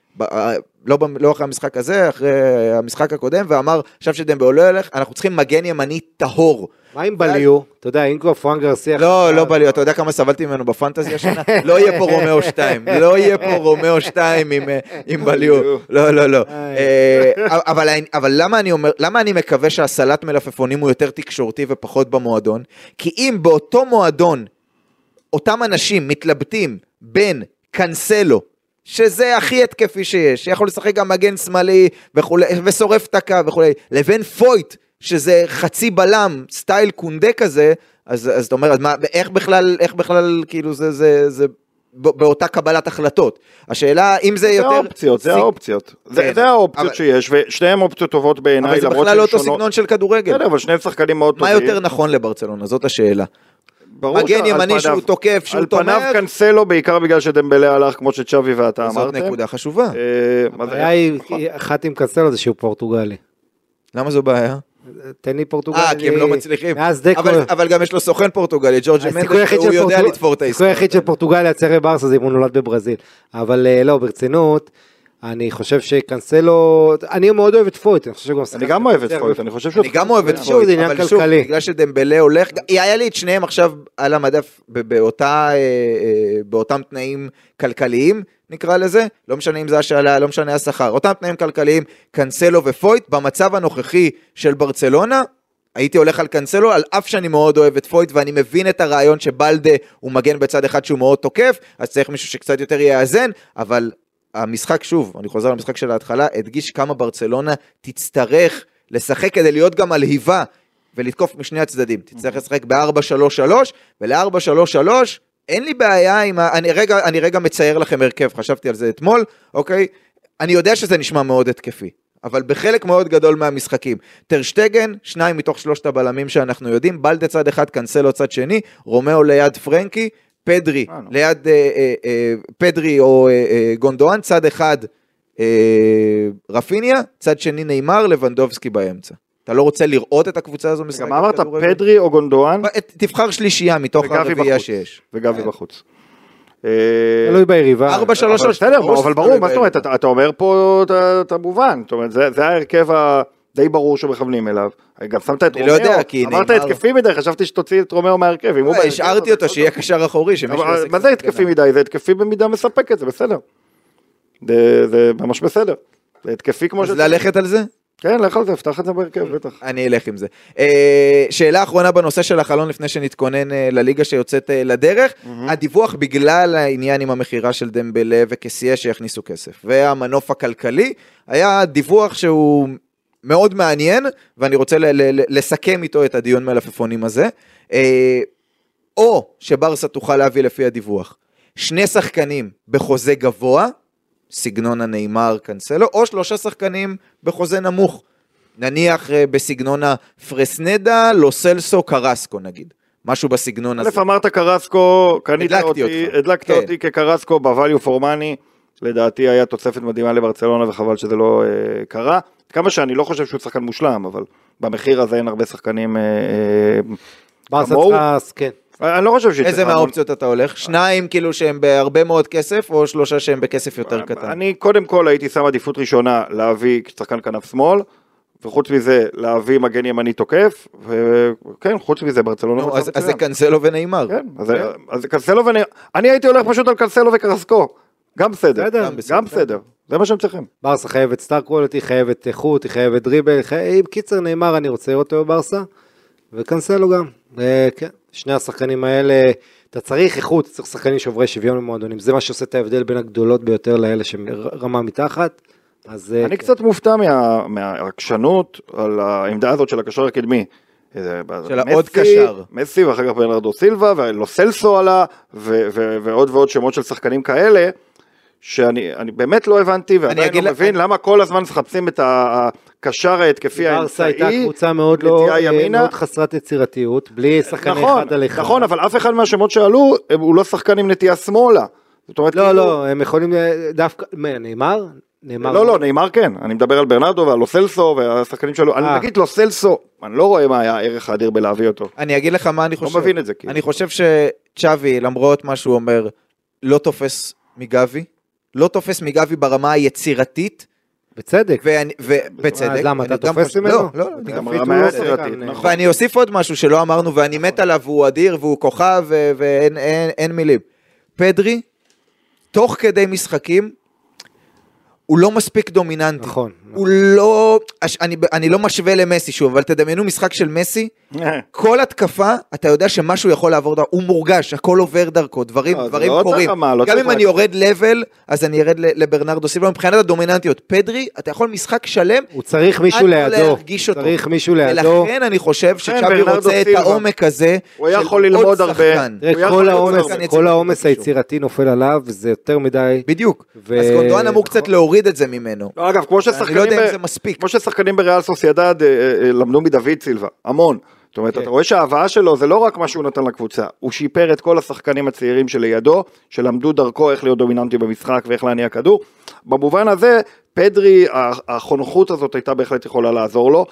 לא אחרי המשחק הזה, אחרי המשחק הקודם, ואמר, עכשיו שדמבלה לא ילך, אנחנו צריכים מגן ימני טהור. מה עם בליו? אתה יודע, אם כבר פרנק גרסיה... לא בליו, אתה יודע כמה סבלתי ממנו בפנטזיה השנה? לא יהיה פה רומאו 2, לא יהיה פה רומאו 2 עם בליו, לא. אבל למה אני מקווה שהסלט מלפפונים הוא יותר תקשורתי ופחות במועדון? כי אם באותו מועדון, אותם אנשים מתלבטים בין קנסלו, שזה הכי התקפי שיש, שיכול לשחק גם מגן שמאלי ושורף את הקו וכו', לבין פויט, שזה חצי בלם, סטייל קונדה כזה, אז אתה אומר, איך בכלל, כאילו זה באותה קבלת החלטות. השאלה, אם זה יותר... זה האופציות. זה האופציות שיש, ושניהם אופציות טובות בעיניי. אבל זה בכלל לא אותו סגנון של כדורגל. אבל שניהם שחקנים מאוד טובים. מה יותר נכון לברצלונה? זאת השאלה. מגן ימני שהוא תוקף, שהוא תומך. על פניו קנסלו, בעיקר בגלל שדמבלה הלך, כמו שצ'אבי ואתה אמרתם. זאת נקודה חשובה. הבעיה היא, אחת עם קנסלו זה שהוא פורטוגלי. למה זו בעיה? תן לי פורטוגלי. כי הם לא מצליחים. אבל גם יש לו סוכן פורטוגלי, ג'ורג'י מנדס, הוא יודע לתפור את הסיכוי היחיד של פורטוגליה, צערי ברסה, זה אם הוא נולד בברזיל. אבל לא, ברצינות, אני חושב שקנסלו, אני מאוד אוהב את פויט. אני גם אוהב את פויט, אני גם אוהב את פויט, אבל שוב, בגלל שדמבלה הולך, היה לי את שניהם עכשיו על המדף, באותם תנאים כלכליים, נקרא לזה, לא משנה אם זה השאלה, לא משנה השכר, אותם תנאים כלכליים, קנסלו ופויט, במצב הנוכחי של ברצלונה, הייתי הולך על קנסלו, על אף שאני מאוד אוהב את פויט, ואני מבין את הרעיון שבלדה הוא מגן בצד אחד שהוא מאוד תוקף, אז צריך מישהו שקצת יותר יאזן, אבל המשחק שוב, אני חוזר למשחק של ההתחלה, הדגיש כמה ברצלונה תצטרך לשחק כדי להיות גם מלהיבה, ולתקוף משני הצדדים, תצטרך לשחק ב-4-3-3, ול-4-3-3, אין לי בעיה עם אני רגע מצייר לכם הרכב, חשבתי על זה אתמול, אוקיי? אני יודע שזה נשמע מאוד התקפי, אבל בחלק מאוד גדול מהמשחקים, טרשטגן, 2 מתוך 3 הבלמים שאנחנו יודעים, בלדה צד אחד, קנסלו צד שני, רומאו ליד פרנקי, פדרי, ליד פדרי או גונדואן, צד אחד רפיניה, צד שני ניימר, לבנדובסקי באמצע. אתה לא רוצה לראות את הקבוצה הזו משחק? גם אמרת פדרי או גונדואן? תבחר שלישייה מתוך הרביעייה שיש. וגבי בחוץ. תלוי ביריבה. 4-3-3. אבל ברור, מה זאת אומרת? אתה אומר פה את המובן. זאת אומרת, זה ההרכב די ברור שמכוונים אליו. גם שמת את רומאו. אמרת התקפי מדי, חשבתי שתוציא את רומאו מהרכב. השארתי אותו שיהיה קשר אחורי. מה זה התקפי מדי? זה התקפי במידה מספקת, זה בסדר. זה ממש בסדר. זה התקפי כמו ש... אז ללכת על זה? כן, לך על זה, פתח את זה בהרכב, בטח. אני אלך עם זה. שאלה אחרונה בנושא של החלון, לפני שנתכונן לליגה שיוצאת לדרך, הדיווח בגלל העניין עם המחירה של דמבלה וקסיה שיכניסו כסף, והמנוף הכלכלי, היה דיווח שהוא מאוד מעניין, ואני רוצה לסכם איתו את הדיון מלפפונים הזה, או שברסה תוכל להביא לפי הדיווח, 2 שחקנים בחוזה גבוה, סגנון הניימר קנסלו, או 3 שחקנים בחוזה נמוך, נניח בסגנון הפרסנדה, לוסלסו, קרסקו נגיד, משהו בסגנון הזה. אמרת קרסקו, הדלקת אותי כקרסקו בvalue for money, לדעתי היה תוספת מדהימה לברצלונה, וחבל שזה לא קרה, כמה שאני לא חושב שהוא שחקן מושלם, אבל במחיר הזה אין הרבה שחקנים כמוהו. כן. אני לא חושב איזה מהאופציות אתה הולך? 2 כאילו שהם בהרבה מאוד כסף, או 3 שהם בכסף יותר קטן? אני קודם כל הייתי שם עדיפות ראשונה להביא שחקן כנף שמאל, וחוץ מזה להביא מגן ימני תוקף, וכן, חוץ מזה ברצלונה. אז זה קנסלו וניימר. כן, אז קנסלו וניימר. אני הייתי הולך פשוט על קנסלו וקרסקו. גם בסדר, גם בסדר. זה מה שהם צריכים. ברסה חייבת סטאר קוולטי, חייבת איכות, היא חייבת דריבל, קיצר ניימר אני רוצה לראות אותו בברסה, וקנסלו גם. כן. 2 השחקנים האלה, אתה צריך איכות, צריך שחקנים שוברי שוויון במועדונים, זה מה שעושה את ההבדל בין הגדולות ביותר לאלה שרמה מתחת. אני קצת מופתע מהעקשנות על העמדה הזאת של הקשר הקדמי. של העוד קשר. מסי ואחר כך ברנרדו סילבה, ולוסלסו עלה, ועוד ועוד שמות של שחקנים כאלה, שאני באמת לא הבנתי, ועדיין לא מבין למה כל הזמן מחפשים את הקשר ההתקפי האמצעי. ברסה הייתה קבוצה מאוד חסרת יצירתיות, בלי שחקן אחד על אחד. נכון, אבל אף אחד מהשמות שעלו, הוא לא שחקן עם נטייה שמאלה. לא, הם יכולים דווקא, ניימר? לא, ניימר כן, אני מדבר על ברנרדו ועל לוסלסו והשחקנים שלו, אני אגיד לוסלסו, אני לא רואה מה היה הערך האדיר בלהביא אותו. אני אגיד לך מה אני חושב. לא מבין את זה. אני חושב שצ'אבי, למרות מה שהוא אומר, לא תופס מגבי, לא תופס מגבי ברמה היצירתית, בצדק. ובצדק. למה, אתה תופס ממנו? לא, לא. ואני אוסיף עוד משהו שלא אמרנו, ואני מת עליו, והוא אדיר, והוא כוכב, ואין מילים. פדרי, תוך כדי משחקים, הוא לא מספיק דומיננטי. נכון. הוא לא, אני לא משווה למסי שוב, אבל תדמיינו משחק של מסי, כל התקפה, אתה יודע שמשהו יכול לעבור דרכו, הוא מורגש, הכל עובר דרכו, דברים קורים. גם אם אני יורד לבל, אז אני ירד לברנרדו סילבה, מבחינת הדומיננטיות. פדרי, אתה יכול משחק שלם, הוא צריך מישהו לידו. צריך מישהו לידו. ולכן אני חושב שצ'אבי רוצה את העומק הזה, הוא יכול ללמוד הרבה. כל העומס היצירתי נופל עליו, וזה יותר מדי. בדיוק. אז גונדואן אמור קצת להוריד את זה ממנו. אגב, כמו ששחקנים בריאל סוסיידד למדו מדוד סילבה, המון. זאת אומרת, אתה רואה שההבאה שלו זה לא רק מה שהוא נתן לקבוצה, הוא שיפר את כל השחקנים הצעירים שלידו, שלמדו דרכו איך להיות דומיננטי במשחק ואיך להניע כדור. במובן הזה, פדרי, החונכות הזאת הייתה בהחלט יכולה לעזור לו.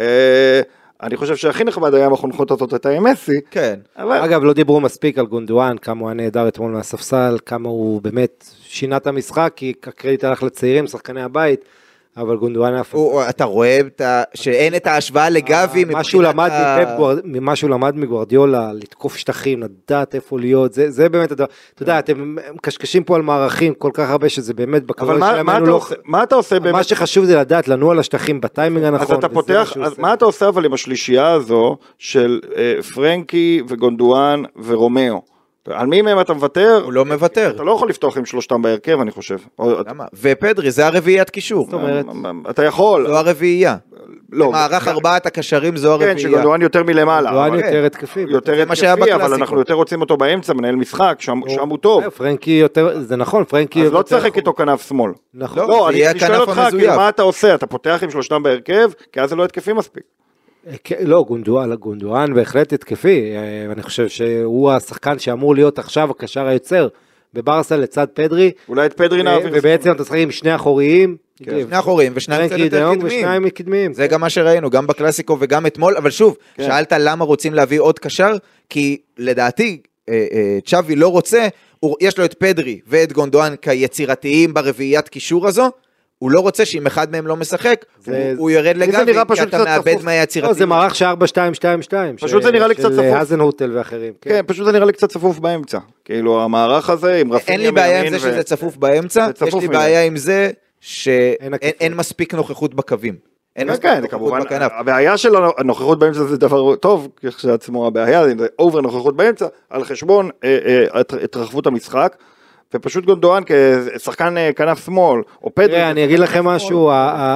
אני חושב שהכי נכבד היה החונכות הזאת הייתה עם מסי. כן. אגב, לא דיברו מספיק על גונדואן, כמה הוא היה נהדר אתמול מהספסל, כמה הוא באמת שינה את המשחק, כי הקרדיט הלך לצעירים, שחקני הבית, אבל גונדואן אתה רואה שאין את ההשוואה לגבי מה שהוא למד מגוארדיולה, לתקוף שטחים, לדעת איפה להיות, זה באמת, אתה יודע, אתם מקשקשים פה על מערכים כל כך הרבה, שזה באמת אבל מה אתה עושה באמת? מה שחשוב זה לדעת לנוע על השטחים בטיימינג הנכון. אז אתה פותח, מה אתה עושה אבל עם השלישייה הזו, של פרנקי וגונדואן ורומאו? על מי מהם אתה מוותר? הוא לא מוותר. אתה לא יכול לפתוח עם שלושתם בהרכב, אני חושב. למה? ופדרי, זה הרביעיית קישור. זאת אומרת, אתה יכול. זו הרביעייה. מערך ארבעת הקשרים זו הרביעייה. כן, שגונדואן יותר מלמעלה. גונדואן יותר התקפי. יותר התקפי, אבל אנחנו יותר רוצים אותו באמצע, מנהל משחק, שם הוא טוב. פרנקי יותר, זה נכון, פרנקי... אז לא תשחק איתו כנף שמאל. נכון. לא, אני שואל אותך, מה אתה עושה? אתה פותח עם שלושתם בהרכב, כי אז זה לא התקפי מספיק. לא, גונדואן בהחלט התקפי, אני חושב שהוא השחקן שאמור להיות עכשיו הקשר היוצר בברסה לצד פדרי, אולי את פדרי נעביר, ובעצם אתה שחק עם שני אחוריים, שני אחוריים ושניים קצת יותר קדמיים, זה גם מה שראינו, גם בקלאסיקו וגם אתמול, אבל שוב, שאלת למה רוצים להביא עוד קשר, כי לדעתי צ'אבי לא רוצה, יש לו את פדרי ואת גונדואן כיצירתיים ברביעיית קישור הזו, הוא לא רוצה שאם אחד מהם לא משחק, הוא ירד לגבי, כי אתה מאבד מהיצירתיים. זה מערך ש4-2-2-2. פשוט זה נראה לי קצת צפוף. של האזנהוטל ואחרים. כן, פשוט זה נראה לי קצת צפוף באמצע. כאילו המערך הזה עם רפיניה אין לי בעיה עם זה שזה צפוף באמצע, יש לי בעיה עם זה שאין מספיק נוכחות בקווים. כן, כמובן, הבעיה של הנוכחות באמצע זה דבר טוב, כשעצמו הבעיה, זה אובר נוכחות באמצע, על חשבון התרחבות המשחק, ופשוט גונדואן כשחקן כנף שמאל, או פדרי. אני אגיד לכם משהו,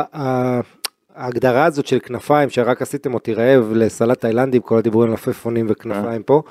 ההגדרה הזאת של כנפיים, שרק עשיתם אותי רעב לסלט תאילנדים, כל הדיבורים לפפונים וכנפיים פה,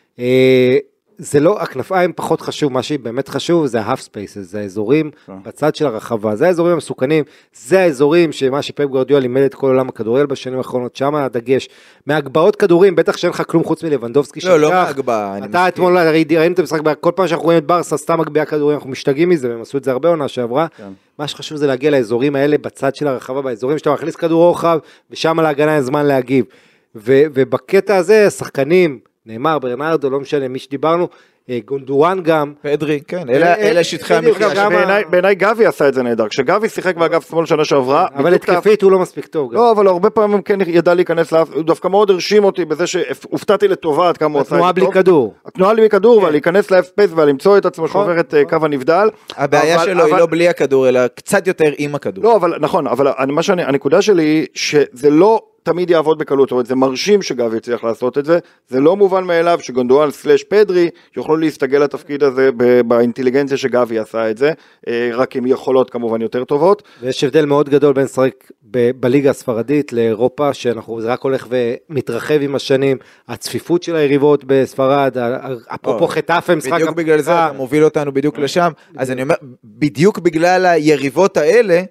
זה לא, הכנפיים פחות חשוב, מה שבאמת חשוב זה ה-half spaces, זה האזורים בצד של הרחבה, זה האזורים המסוכנים, זה האזורים שמה שפפ גוארדיולה לימד את כל עולם הכדורגל בשנים האחרונות, שם הדגש, מהגבהות כדורים, בטח שאין לך כלום חוץ מלבנדובסקי לא, לא מהגבהה. אתה אתמול ראינו את המשחק, כל פעם שאנחנו רואים את ברסה, סתם מגביע כדורים, אנחנו משתגעים מזה, והם עשו את זה הרבה עונה שעברה, מה שחשוב זה להגיע לאזורים האלה, בצד של הרחבה, באזורים שאתה מכניס כדור רוחב, ושם להגנה יש זמן להגיב. ובקטע הזה, השחקנים, נאמר, ברנרדו, לא משנה, מי שדיברנו, גונדואן גם. פדרי, כן, אלה שטחי המחיה. בעיניי גבי עשה את זה נהדר, כשגבי שיחק באגף שמאל שנה שעברה. אבל התקפית הוא לא מספיק טוב. לא, אבל הרבה פעמים כן ידע להיכנס לאף, הוא דווקא מאוד הרשים אותי בזה שהופתעתי לטובה עד כמה הוא עשה את זה טוב. התנועה בלי כדור. התנועה בלי כדור, אבל להיכנס לאף פייס ולמצוא את עצמו שעובר את קו הנבדל. הבעיה שלו היא לא בלי הכדור, אלא קצת יותר עם הכדור. לא, אבל נכון, אבל הנקודה שלי היא שזה לא תמיד יעבוד בקלות, זאת אומרת, זה מרשים שגבי יצליח לעשות את זה, זה לא מובן מאליו שגונדואן סלש פדרי יוכלו להסתגל לתפקיד הזה באינטליגנציה שגבי עשה את זה, רק עם יכולות כמובן יותר טובות. ויש הבדל מאוד גדול בין שחק בליגה הספרדית לאירופה, שאנחנו, זה רק הולך ומתרחב עם השנים, הצפיפות של היריבות בספרד, אפרופו חטאפה משחק. בדיוק בגלל זה, אתה מוביל אותנו בדיוק לשם, אז אני אומר, בדיוק בגלל היריבות האלה,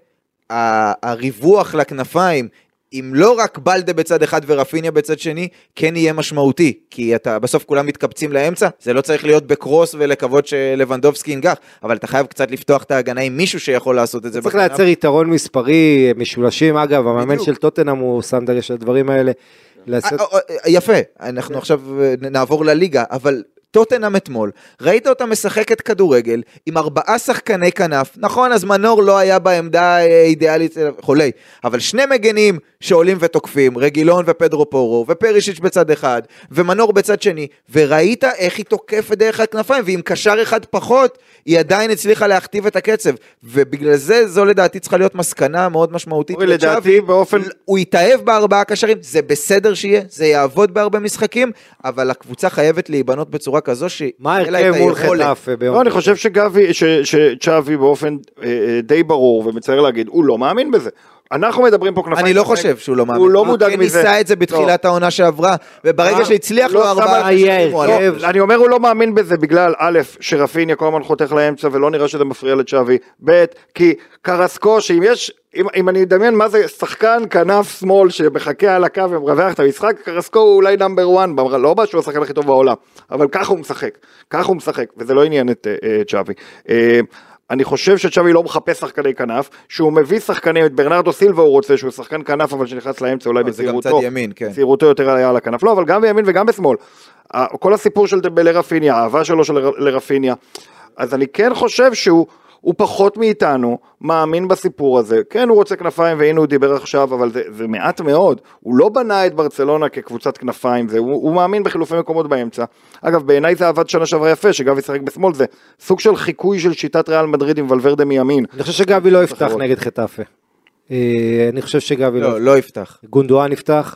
הריווח לכנפיים, אם לא רק בלדה בצד אחד ורפיניה בצד שני, כן יהיה משמעותי, כי אתה בסוף כולם מתקבצים לאמצע, זה לא צריך להיות בקרוס ולקוות שלבנדובסקי ינגח, אבל אתה חייב קצת לפתוח את ההגנה עם מישהו שיכול לעשות את זה. צריך לייצר יתרון מספרי, משולשים, אגב, המאמן של טוטנהאם הוא שם דגש על הדברים האלה. יפה, אנחנו עכשיו נעבור לליגה, אבל טוטנהאם אתמול, ראית אותה משחקת כדורגל עם 4 שחקני כנף, נכון, אז מנור לא היה בעמדה אידיאלית חולי, אבל 2 מגנים שעולים ותוקפים, רגילון ופדרו פורו, ופרישיץ' בצד אחד, ומנור בצד שני, וראית איך היא תוקפת דרך הכנפיים, ועם קשר אחד פחות, היא עדיין הצליחה להכתיב את הקצב, ובגלל זה, זו לדעתי צריכה להיות מסקנה מאוד משמעותית. לדעתי באופן... הוא יתאהב ב4 קשרים, זה בסדר שיהיה, זה יעבוד בהרבה משחקים, אבל הקבוצה חייבת להיבנות בצורה כזו ש... מה הרכב מול חטאפה ביום? לא, אני חושב שצ'אבי באופן די ברור, ומצער להגיד, הוא לא מאמין בזה. אנחנו מדברים פה כנפיים. אני לא חושב שהוא לא מאמין. הוא לא מודאג מזה. הוא ניסה את זה בתחילת העונה שעברה, וברגע שהצליח לו 4 קשרים. אני אומר הוא לא מאמין בזה בגלל א', שרפיניה כל הזמן חותך לאמצע, ולא נראה שזה מפריע לצ'אבי. ב', כי קרסקו, שאם יש... אם אני אדמיין מה זה שחקן כנף שמאל שמחכה על הקו ומרווח את המשחק, קרסקו הוא אולי נאמבר 1, לא מה שהוא השחקן הכי טוב בעולם, אבל ככה הוא משחק, וזה לא עניין את צ'אבי. אני חושב שצ'אבי לא מחפש שחקני כנף, שהוא מביא שחקנים, את ברנרדו סילבה הוא רוצה, שהוא שחקן כנף, אבל שנכנס לאמצע אולי בצעירותו, צעירותו יותר היה על הכנף, לא, אבל גם בימין וגם בשמאל. כל הסיפור של לרפיניה, האהבה שלו לרפיניה, אז אני כן חושב הוא פחות מאיתנו, מאמין בסיפור הזה, כן הוא רוצה כנפיים והנה הוא דיבר עכשיו, אבל זה מעט מאוד, הוא לא בנה את ברצלונה כקבוצת כנפיים, הוא מאמין בחילופי מקומות באמצע, אגב בעיניי זה עבד שנה שעברה יפה, שגבי ישחק בשמאל, זה סוג של חיקוי של שיטת ריאל מדריד עם ולוורדה מימין. אני חושב שגבי לא יפתח נגד חטאפה, אני חושב שגבי לא יפתח, גונדואן יפתח,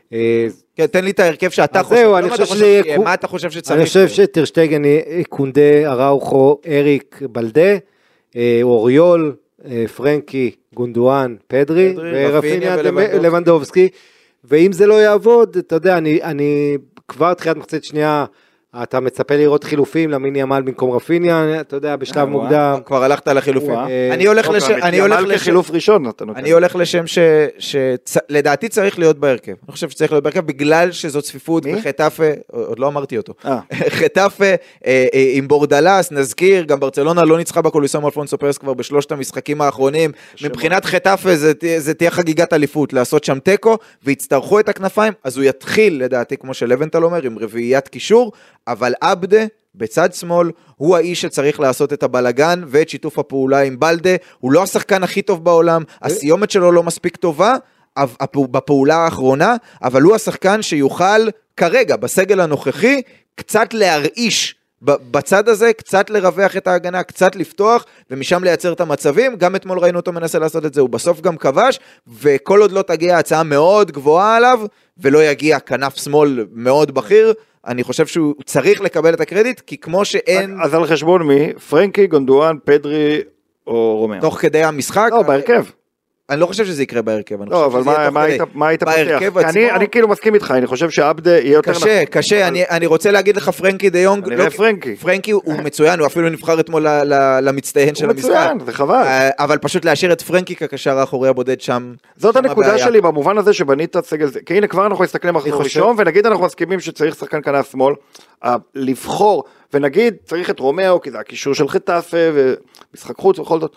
כן, תן לי את ההרכב שאתה חושב, מה אתה חושב שצריך? אני חושב שטרשטגן, קונדה, אראוחו, אריק, בלדה, אוריול, פרנקי, גונדואן, פדרי, ורפיניה לבנדובסקי, ואם זה לא יעבוד, אתה יודע, אני כבר תחילת מחצית שנייה, אתה מצפה לראות חילופים למיני ימל במקום רפיניה, אתה יודע, בשלב מוקדם. כבר הלכת על החילופים. אני הולך לשם שלדעתי צריך להיות בהרכב. אני חושב שצריך להיות בהרכב בגלל שזו צפיפות וחטאפה, עוד לא אמרתי אותו. חטאפה עם בורדלס, נזכיר, גם ברצלונה לא ניצחה בקוליסאום אלפונסו פרס כבר בשלושת המשחקים האחרונים. מבחינת חטאפה זה תהיה חגיגת אליפות, לעשות שם טקו, והצטרכו את הכנפיים, אז הוא יתחיל לדעתי, כמו שלוונטל אומר, עם רביעיית קישור, אבל עבדה בצד שמאל הוא האיש שצריך לעשות את הבלגן ואת שיתוף הפעולה עם בלדה, הוא לא השחקן הכי טוב בעולם, הסיומת שלו לא מספיק טובה בפעולה האחרונה, אבל הוא השחקן שיוכל כרגע בסגל הנוכחי קצת להרעיש בצד הזה, קצת לרווח את ההגנה, קצת לפתוח, ומשם לייצר את המצבים, גם אתמול ראינו אותו מנסה לעשות את זה, הוא בסוף גם כבש, וכל עוד לא תגיע הצעה מאוד גבוהה עליו, ולא יגיע כנף שמאל מאוד בכיר, אני חושב שהוא צריך לקבל את הקרדיט, כי כמו שאין... אז על חשבון מי? פרנקי, גונדואן, פדרי או רומאו? תוך כדי המשחק? לא, בהרכב. אני לא חושב שזה יקרה בהרכב. לא, אבל מה היית פותח? אני כאילו מסכים איתך, אני חושב שעבדה יהיה יותר נכון. קשה, אני רוצה להגיד לך פרנקי דה יונג. אני רואה פרנקי. פרנקי הוא מצוין, הוא אפילו נבחר אתמול למצטיין של המשחק. הוא מצוין, זה חבל. אבל פשוט להשאיר את פרנקי כקשר האחורי הבודד שם. זאת הנקודה שלי במובן הזה שבנית סגל זה. כי הנה כבר אנחנו מסתכלים מחזור ראשון, ונגיד אנחנו מסכימים שצריך שחקן כנף שמאל, לבחור, ונגיד צריך את רומאו, כי זה הקישור של חטאפה ומשחק חוץ וכל זאת.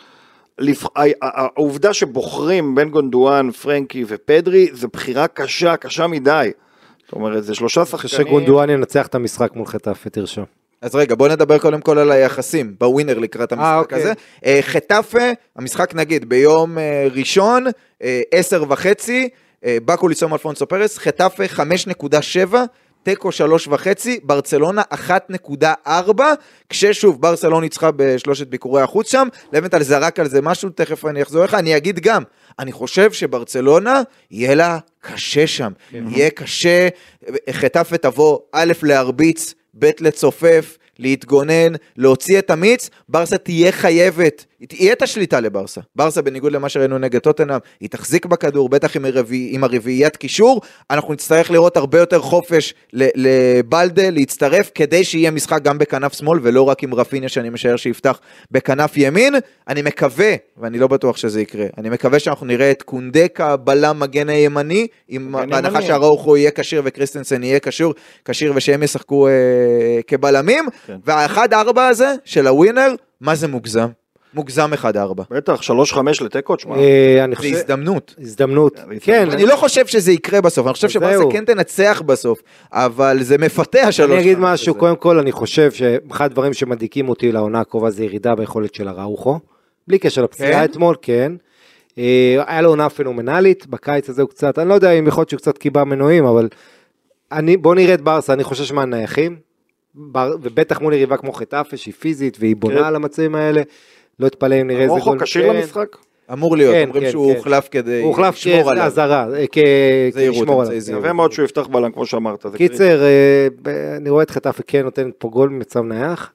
העובדה שבוחרים בין גונדואן, פרנקי ופדרי, זה בחירה קשה מדי. זאת אומרת, זה 3 שחקנים. שגונדואן ינצח את המשחק מול חטאפה, תרשום. אז רגע, בוא נדבר קודם כל על היחסים, בווינר לקראת המשחק הזה. חטאפה, המשחק נגיד, ביום ראשון, 10:30, בקוליסאום אלפונסו פרס, חטאפה 5.7, טקו 3.5, ברצלונה 1.4, כששוב ברסלונה ניצחה בשלושת ביקורי החוץ שם, לבנטל זרק על זה משהו, תכף אני אחזור לך, אני אגיד גם, אני חושב שברצלונה יהיה לה קשה שם, יהיה קשה, חטאפה תבוא א' להרביץ, ב' לצופף, להתגונן, להוציא את המיץ, ברסה תהיה חייבת, תהיה את השליטה לברסה, ברסה בניגוד למה שראינו נגד טוטנהאם, היא תחזיק בכדור, בטח עם הרביעיית קישור, אנחנו נצטרך לראות הרבה יותר חופש לבלדה, להצטרף, כדי שיהיה משחק גם בכנף שמאל, ולא רק עם רפיניה שאני משער שיפתח בכנף ימין, אני מקווה, ואני לא בטוח שזה יקרה, אני מקווה שאנחנו נראה את קונדקה, בלם מגן הימני, בהנחה שהראוכו יהיה קשיר וקריסטנסן יהיה קשיר ושהם ישחקו כבלמים, וה1-4 הזה של הווינר, מה זה מוגזם? מוגזם 1-4. בטח, 3-5 לתיקו, תשמע. אני זה חושב... הזדמנות. הזדמנות. כן. אני לא חושב שזה יקרה בסוף, אני חושב שברסה כן תנצח בסוף, אבל זה מפתח 3-5. אני אגיד משהו, קודם כל אני חושב שאחד הדברים שמדליקים אותי לעונה הקרובה זה ירידה ביכולת של אראוחו, בלי קשר לפציעה אתמול, כן. היה לו עונה פנומנלית, בקיץ הזה הוא קצת, אני לא יודע אם יכול להיות שהוא קצת קיבה מנועים, אבל בוא נראה את ברסה, אני חושש מהנייחים, ובטח מול יריבה כמו חטאפה, שהיא פיזית, והיא בונה על המצבים האלה, לא התפלא אם נראה איזה גול. אראוחו קשיר למשחק? אמור להיות, אומרים שהוא הוחלף כדי לשמור עליו. כעזרה, כשמור עליו. שווה מאוד שהוא יפתח בלם, כמו שאמרת. קיצר, אני רואה את חטאפה כן נותן פה גול מצב נייח,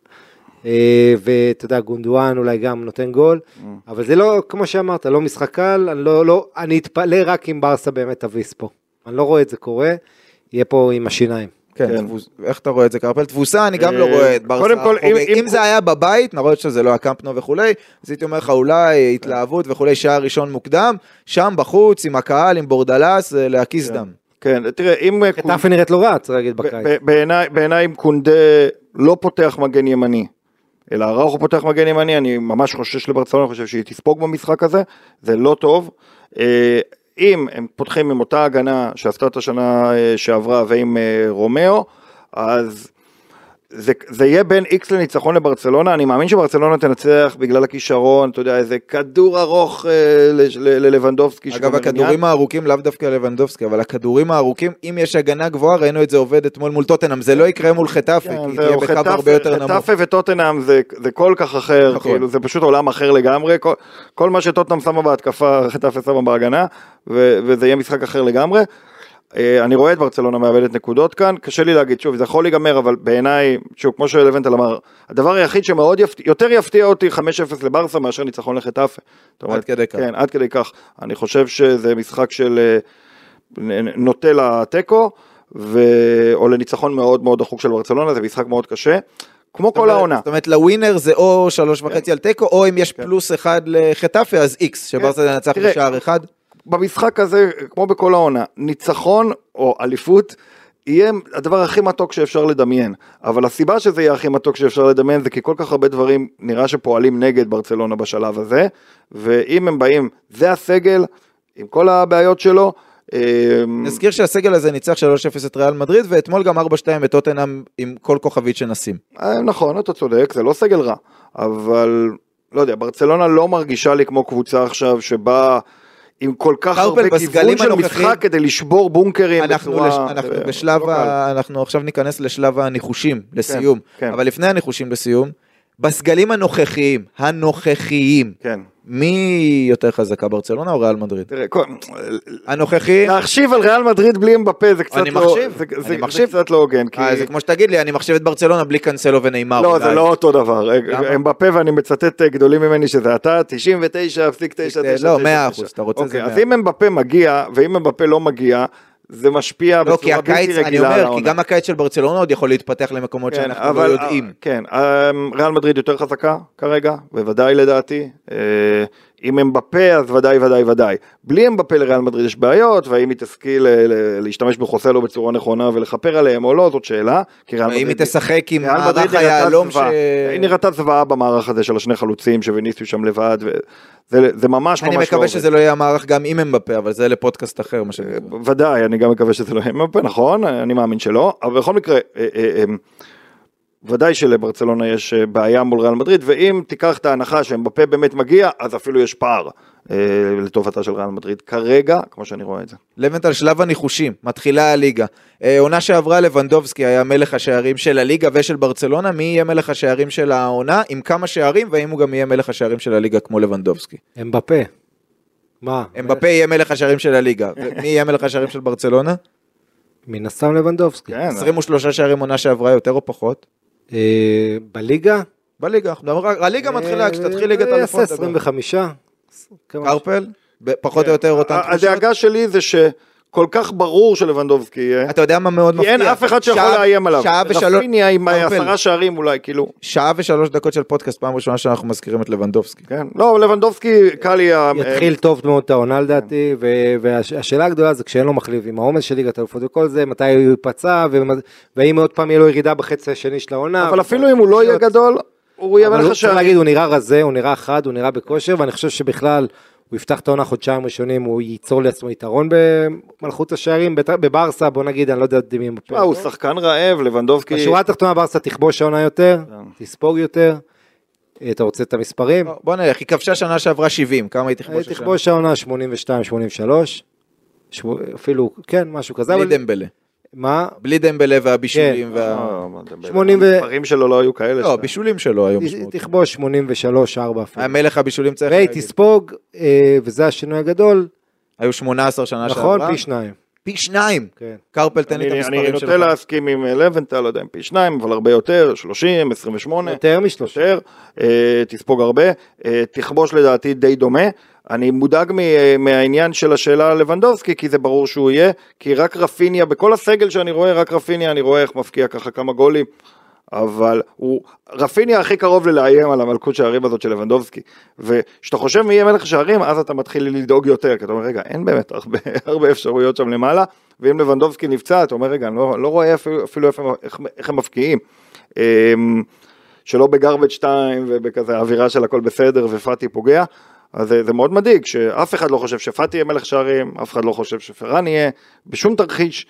ואתה יודע, גונדואן אולי גם נותן גול, אבל זה לא, כמו שאמרת, לא משחק קל, אני אתפלא רק אם ברסה באמת תביס פה. אני לא רואה את זה קורה, יהיה פה עם השיניים. כן, איך אתה רואה את זה קרפל? תבוסה, אני גם לא רואה את ברסה. אם זה היה בבית, נראה שזה לא הקמפנו וכולי, אז הייתי אומר לך אולי התלהבות וכולי, שעה ראשון מוקדם, שם בחוץ, עם הקהל, עם בורדלס, להקיס דם. כן, תראה, אם... חטאפה נראית לא רע, צריך להגיד בקיץ. בעיניי אם קונדה לא פותח מגן ימני, אלא אראוחו פותח מגן ימני, אני ממש חושש לברצלונה, אני חושב שהיא תספוג במשחק הזה, זה לא טוב. אם הם פותחים עם אותה הגנה שעשתה את השנה שעברה ועם רומאו, אז זה יהיה בין איקס לניצחון לברצלונה, אני מאמין שברצלונה תנצח בגלל הכישרון, אתה יודע, איזה כדור ארוך ללבנדובסקי. אגב, הכדורים הארוכים, לאו דווקא ללבנדובסקי, אבל הכדורים הארוכים, אם יש הגנה גבוהה, ראינו את זה עובד אתמול מול טוטנהאם, זה לא יקרה מול חטאפה, כי תהיה בקו הרבה יותר נמוך. חטאפה וטוטנהאם זה כל כך אחר, זה פשוט עולם אחר לגמרי, כל מה שטוטנהאם שמה בהתקפה, חטאפה שמה בהגנה, וזה יהיה משחק אחר לגמרי. אני רואה את ברצלונה מאבדת נקודות כאן, קשה לי להגיד, שוב, זה יכול להיגמר, אבל בעיניי, שוב, כמו שלוונטל אמר, הדבר היחיד שמאוד יותר יפתיע אותי 5-0 לברסה, מאשר ניצחון לחטאפה. עד כדי כך. כן, עד כדי כך. אני חושב שזה משחק של נוטה לטקו, או לניצחון מאוד מאוד דחוק של ברצלונה, זה משחק מאוד קשה, כמו כל העונה. זאת אומרת, לווינר זה או 3.5 על טקו, או אם יש פלוס 1 לחטאפה, אז X, שברסה נצח בשער אחד. במשחק הזה, כמו בכל העונה, ניצחון או אליפות, יהיה הדבר הכי מתוק שאפשר לדמיין, אבל הסיבה שזה יהיה הכי מתוק שאפשר לדמיין, זה כי כל כך הרבה דברים נראה שפועלים נגד ברצלונה בשלב הזה, ואם הם באים, זה הסגל, עם כל הבעיות שלו, נזכיר שהסגל הזה ניצח 3-0 את ריאל מדריד, ואתמול גם 4-2 את טוטנהאם עם כל כוכבית שנשים. נכון, אתה צודק, זה לא סגל רע, אבל, לא יודע, ברצלונה לא מרגישה לי כמו קבוצה עכשיו, שבה עם כל כך הרבה כיוון של משחק כדי לשבור בונקרים. אנחנו עכשיו ניכנס לשלב הניחושים לסיום, אבל לפני הניחושים לסיום, בסגלים הנוכחיים, מי יותר חזקה, ברצלונה או ריאל מדריד? תראה, הנוכחיים... להחשיב על ריאל מדריד בלי אמבפה זה קצת לא הוגן. זה כמו שתגיד לי, אני מחשיב את ברצלונה בלי קנסלו וניימר. לא, זה לא אותו דבר. אמבפה ואני מצטט גדולים ממני שזה אתה, 99.99. לא, 100%, אתה רוצה זה 100%. אז אם אמבפה מגיע, ואם אמבפה לא מגיע, זה משפיע בצורה בלתי רגילה. אני אומר, כי גם הקיץ של ברצלונה עוד יכול להתפתח למקומות שאנחנו לא יודעים. כן, ריאל מדריד יותר חזקה כרגע, בוודאי לדעתי. אם אמבפה, אז ודאי. בלי אמבפה לריאל מדריד יש בעיות, והאם היא תשכיל להשתמש בחוסלו בצורה נכונה ולחפר עליהם או לא, זאת שאלה. האם היא תשחק עם מערך היעלום היא נראתה זוועה במערך הזה של השני חלוצים, שוויניסיוס שם לבד, זה ממש אני מקווה שזה לא יהיה המערך גם עם אמבפה, אבל זה לפודקאסט אחר. ודאי, אני גם מקווה שזה לא יהיה אמבפה, נכון, אני מאמין שלא, אבל בכל מקרה, ודאי שלברצלונה יש בעיה מול ריאל מדריד, ואם תיקח את ההנחה שאמבפה באמת מגיע, אז אפילו יש פער לטובתה של ריאל מדריד. כרגע, כמו שאני רואה את זה. לבנטל, שלב הניחושים, מתחילה הליגה. עונה שעברה לבנדובסקי היה מלך השערים של הליגה ושל ברצלונה, מי יהיה מלך השערים של העונה, עם כמה שערים, והאם הוא גם יהיה מלך השערים של הליגה כמו לבנדובסקי. אמבפה. מה? אמבפה יהיה מלך השערים של הליגה. מי יהיה מלך השערים של ברצלונה? מן הסתם לבנדובסקי. 23 שערים עונה שעברה יותר או פחות? בליגה? בליגה. הליגה מתחילה, כשתתחיל ליגת אלופות. 25. קרפל? פחות או יותר אותן תחושות? הדאגה שלי זה שכל כך ברור שלבנדובסקי יהיה. אתה יודע מה מאוד מפתיע? כי אין אף אחד שיכול לאיים עליו. רפיניה עם 10 שערים אולי, כאילו. 1:03 של פודקאסט, פעם ראשונה שאנחנו מזכירים את לבנדובסקי. כן. לא, לבנדובסקי קל לי... יתחיל טוב מאוד את העונה לדעתי, והשאלה הגדולה זה כשאין לו מחליף, עם העומס של ליגת האלופות וכל זה, מתי הוא ייפצע, והאם עוד פעם יהיה לו ירידה בחצי השני של העונה. אבל אפילו אם הוא לא יהיה גדול, הוא יהיה מלך צריך השערים. להגיד, הוא נראה רזה, הוא נראה חד, הוא נראה בכושר, ואני חושב שבכלל הוא יפתח את העונה חודשיים ראשונים, הוא ייצור לעצמו יתרון במלכות השערים, בברסה, בוא נגיד, אני לא יודע מי מפה. הוא שחקן רעב, לבנדובסקי. בשורה התחתונה ברסה תכבוש העונה יותר, תספוג יותר, אתה רוצה את המספרים? בוא נלך, היא כבשה שנה שעברה 70, כמה היא תכבוש השנה? תכבוש העונה 82, 83, אפילו, כן, משהו כזה. בלי דמבלה. מה? בלי דמבלה והבישולים המספרים שלו לא היו כאלה. לא, הבישולים שלו היו משמעות. תכבוש 83, 4 אפילו. המלך הבישולים צריך להגיד. תספוג, וזה השינוי הגדול. היו 18 שנה שעברה. נכון, פי 2. פי 2. כן. קרפל, תן לי את המספרים שלך. אני נוטה להסכים עם לבנטל, לא יודע אם פי 2, אבל הרבה יותר, 30, 28. יותר מ-30. תספוג הרבה. תכבוש לדעתי די דומה. אני מודאג מהעניין של השאלה לבנדובסקי, כי זה ברור שהוא יהיה, כי רק רפיניה, בכל הסגל שאני רואה, רק רפיניה, אני רואה איך מפקיע ככה כמה גולים, אבל רפיניה הכי קרוב ללאיים על המלכות שערים הזאת של לבנדובסקי, ושאתה חושב מי יהיה מלך שערים, אז אתה מתחיל לדאוג יותר, כי אתה אומר, רגע, אין באמת הרבה אפשרויות שם למעלה, ואם לבנדובסקי נפצע, אתה אומר, רגע, אני לא רואה אפילו איך הם מפקיעים, שלא בגרבג' 2 ובכזה האווירה של הכל בסדר ופאטי פוגע, אז זה מאוד מדאיג, שאף אחד לא חושב שפאטי יהיה מלך שערים, אף אחד לא חושב שפרן יהיה, בשום תרחיש,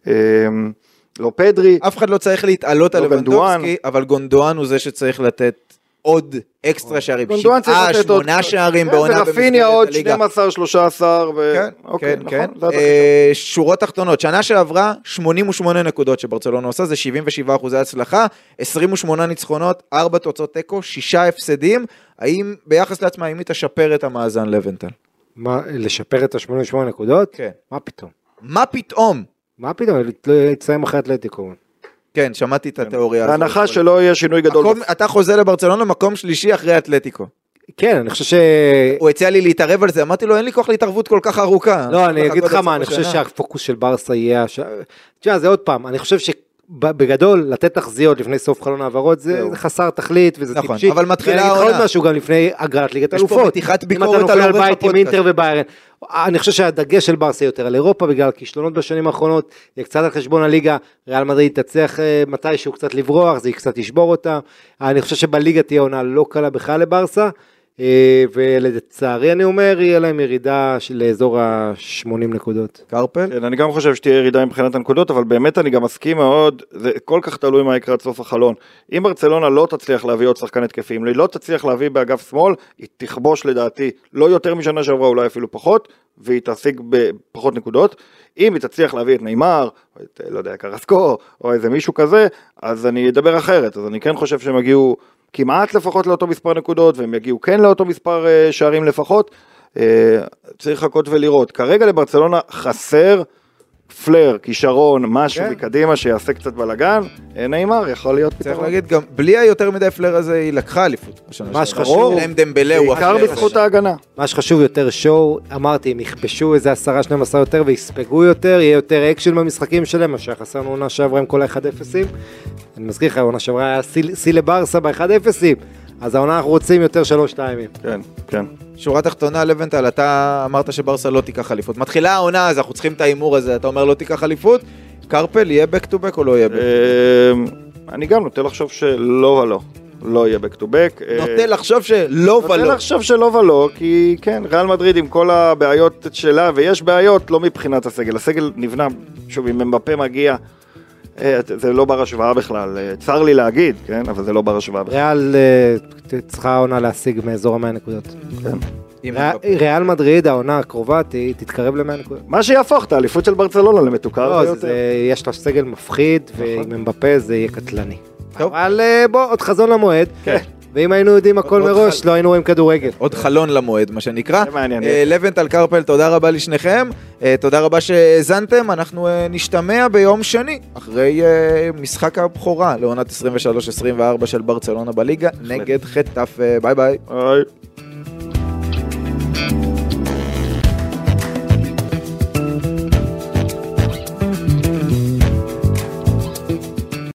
לא פדרי. אף אחד לא צריך להתעלות על לבנדובסקי, אבל גונדואן הוא זה שצריך לתת עוד אקסטרה שערים, 7-8 שערים בעונה ורפיניה עוד 12, 13, כן, כן. שורות תחתונות, שנה שעברה 88 נקודות שברצלונה עושה, זה 77% הצלחה, 28 ניצחונות, 4 תוצאות תיקו, 6 הפסדים, האם ביחס לעצמה, האם היא תשפר את המאזן לבנטל? מה, לשפר את ה-88 נקודות? כן. מה פתאום? מה פתאום? מה פתאום? יצאים אחרי אתלטיקו. כן, שמעתי את התיאוריה. בהנחה שלא יהיה שינוי גדול. אתה חוזר לברצלונה מקום שלישי אחרי אתלטיקו. כן, אני חושב הוא הציע לי להתערב על זה, אמרתי לו, אין לי כוח להתערבות כל כך ארוכה. לא, אני אגיד לך מה, אני חושב שהפוקוס של ברסה יהיה... תשמע, זה עוד פעם, אני חושב שבגדול, לתת תחזיות לפני סוף חלון העברות, זה חסר תכלית, וזה טיפשי. אבל מתחילה העונה. ואני אגיד לך עוד משהו גם לפני הגרלת ליגת אלופות. יש פה מתיחת ביקורת על עורך הפודקאסט. עם אינטר וביירן. אני חושב שהדגש של ברסה יותר על אירופה, בגלל כישלונות בשנים האחרונות, יהיה קצת על חשבון הליגה, ריאל מדריד תצליח מתישהו קצת לברוח, זה קצת ישבור אותה. אני חושב שבליגה תהיה עונה לא קלה בכלל לברסה, ולצערי אני אומר, יהיה להם ירידה לאזור ה-80 נקודות. קרפל? כן, אני גם חושב שתהיה ירידה מבחינת הנקודות, אבל באמת אני גם מסכים מאוד, זה כל כך תלוי מה יקרה עד סוף החלון. אם ברצלונה לא תצליח להביא עוד שחקן התקפי, אם לא תצליח להביא באגף שמאל, היא תכבוש לדעתי לא יותר משנה שעברה, אולי אפילו פחות, והיא תשיג בפחות נקודות. אם היא תצליח להביא את ניימר, או את, לא יודע, קרסקו, או איזה מישהו כזה, אז אני אדבר אחרת. אז אני כן חושב שהם הגיעו כמעט לפחות לאותו מספר נקודות, והם יגיעו כן לאותו מספר שערים לפחות, צריך לחכות ולראות. כרגע לברצלונה חסר פלר, כישרון, משהו מקדימה שיעשה קצת בלגן, ניימר יכול להיות פתרון. צריך להגיד גם, בלי היותר מדי פלר הזה היא לקחה אליפות. מה שחשוב, בעיקר בזכות ההגנה. מה שחשוב יותר שואו, אמרתי, הם יכבשו איזה 10-12 יותר ויספגו יותר, יהיה יותר אקשן במשחקים שלהם, מה שחסרנו עונה שעברה עם כל ה-1-0. אני מזכיר לך, העונה שעברה היה סי לברסה ב-1-0, אז העונה אנחנו רוצים יותר 3-2. כן, כן. שורה תחתונה, לבנטל, אתה אמרת שברסה לא תיקח אליפות. מתחילה העונה, אז אנחנו צריכים את האימור הזה, אתה אומר לא תיקח אליפות, קרפל יהיה back to back או לא יהיה back to back? אני גם נוטה לחשוב שלא ולא. לא יהיה back to back. נוטה לחשוב שלא ולא. נוטה לחשוב שלא ולא, כי כן, ריאל מדריד עם כל הבעיות שלה, ויש בעיות לא מבחינת הסגל. הסגל נבנה, שוב, אם מבפה מגיע, זה לא בר השוואה בכלל, צר לי להגיד, כן, אבל זה לא בר השוואה בכלל. ריאל צריכה העונה להשיג מאזור ה-100 נקודות. כן. ריאל מדריד, העונה הקרובה, תתקרב ל-100 נקודות. מה שיהפוך את האליפות של ברצלונה למתוקר לא, ביותר. יש לה סגל מפחיד, ועם מבפה זה יהיה קטלני. אבל בוא, עוד חזון למועד. כן. ואם היינו יודעים הכל מראש, לא היינו רואים כדורגל. עוד חלון למועד, מה שנקרא. זה מעניין. לבנטל, קרפל, תודה רבה לשניכם. תודה רבה שהזנתם. אנחנו נשתמע ביום שני, אחרי משחק הבכורה, לעונת 23-24 של ברצלונה בליגה, נגד חטף. ביי ביי. ביי.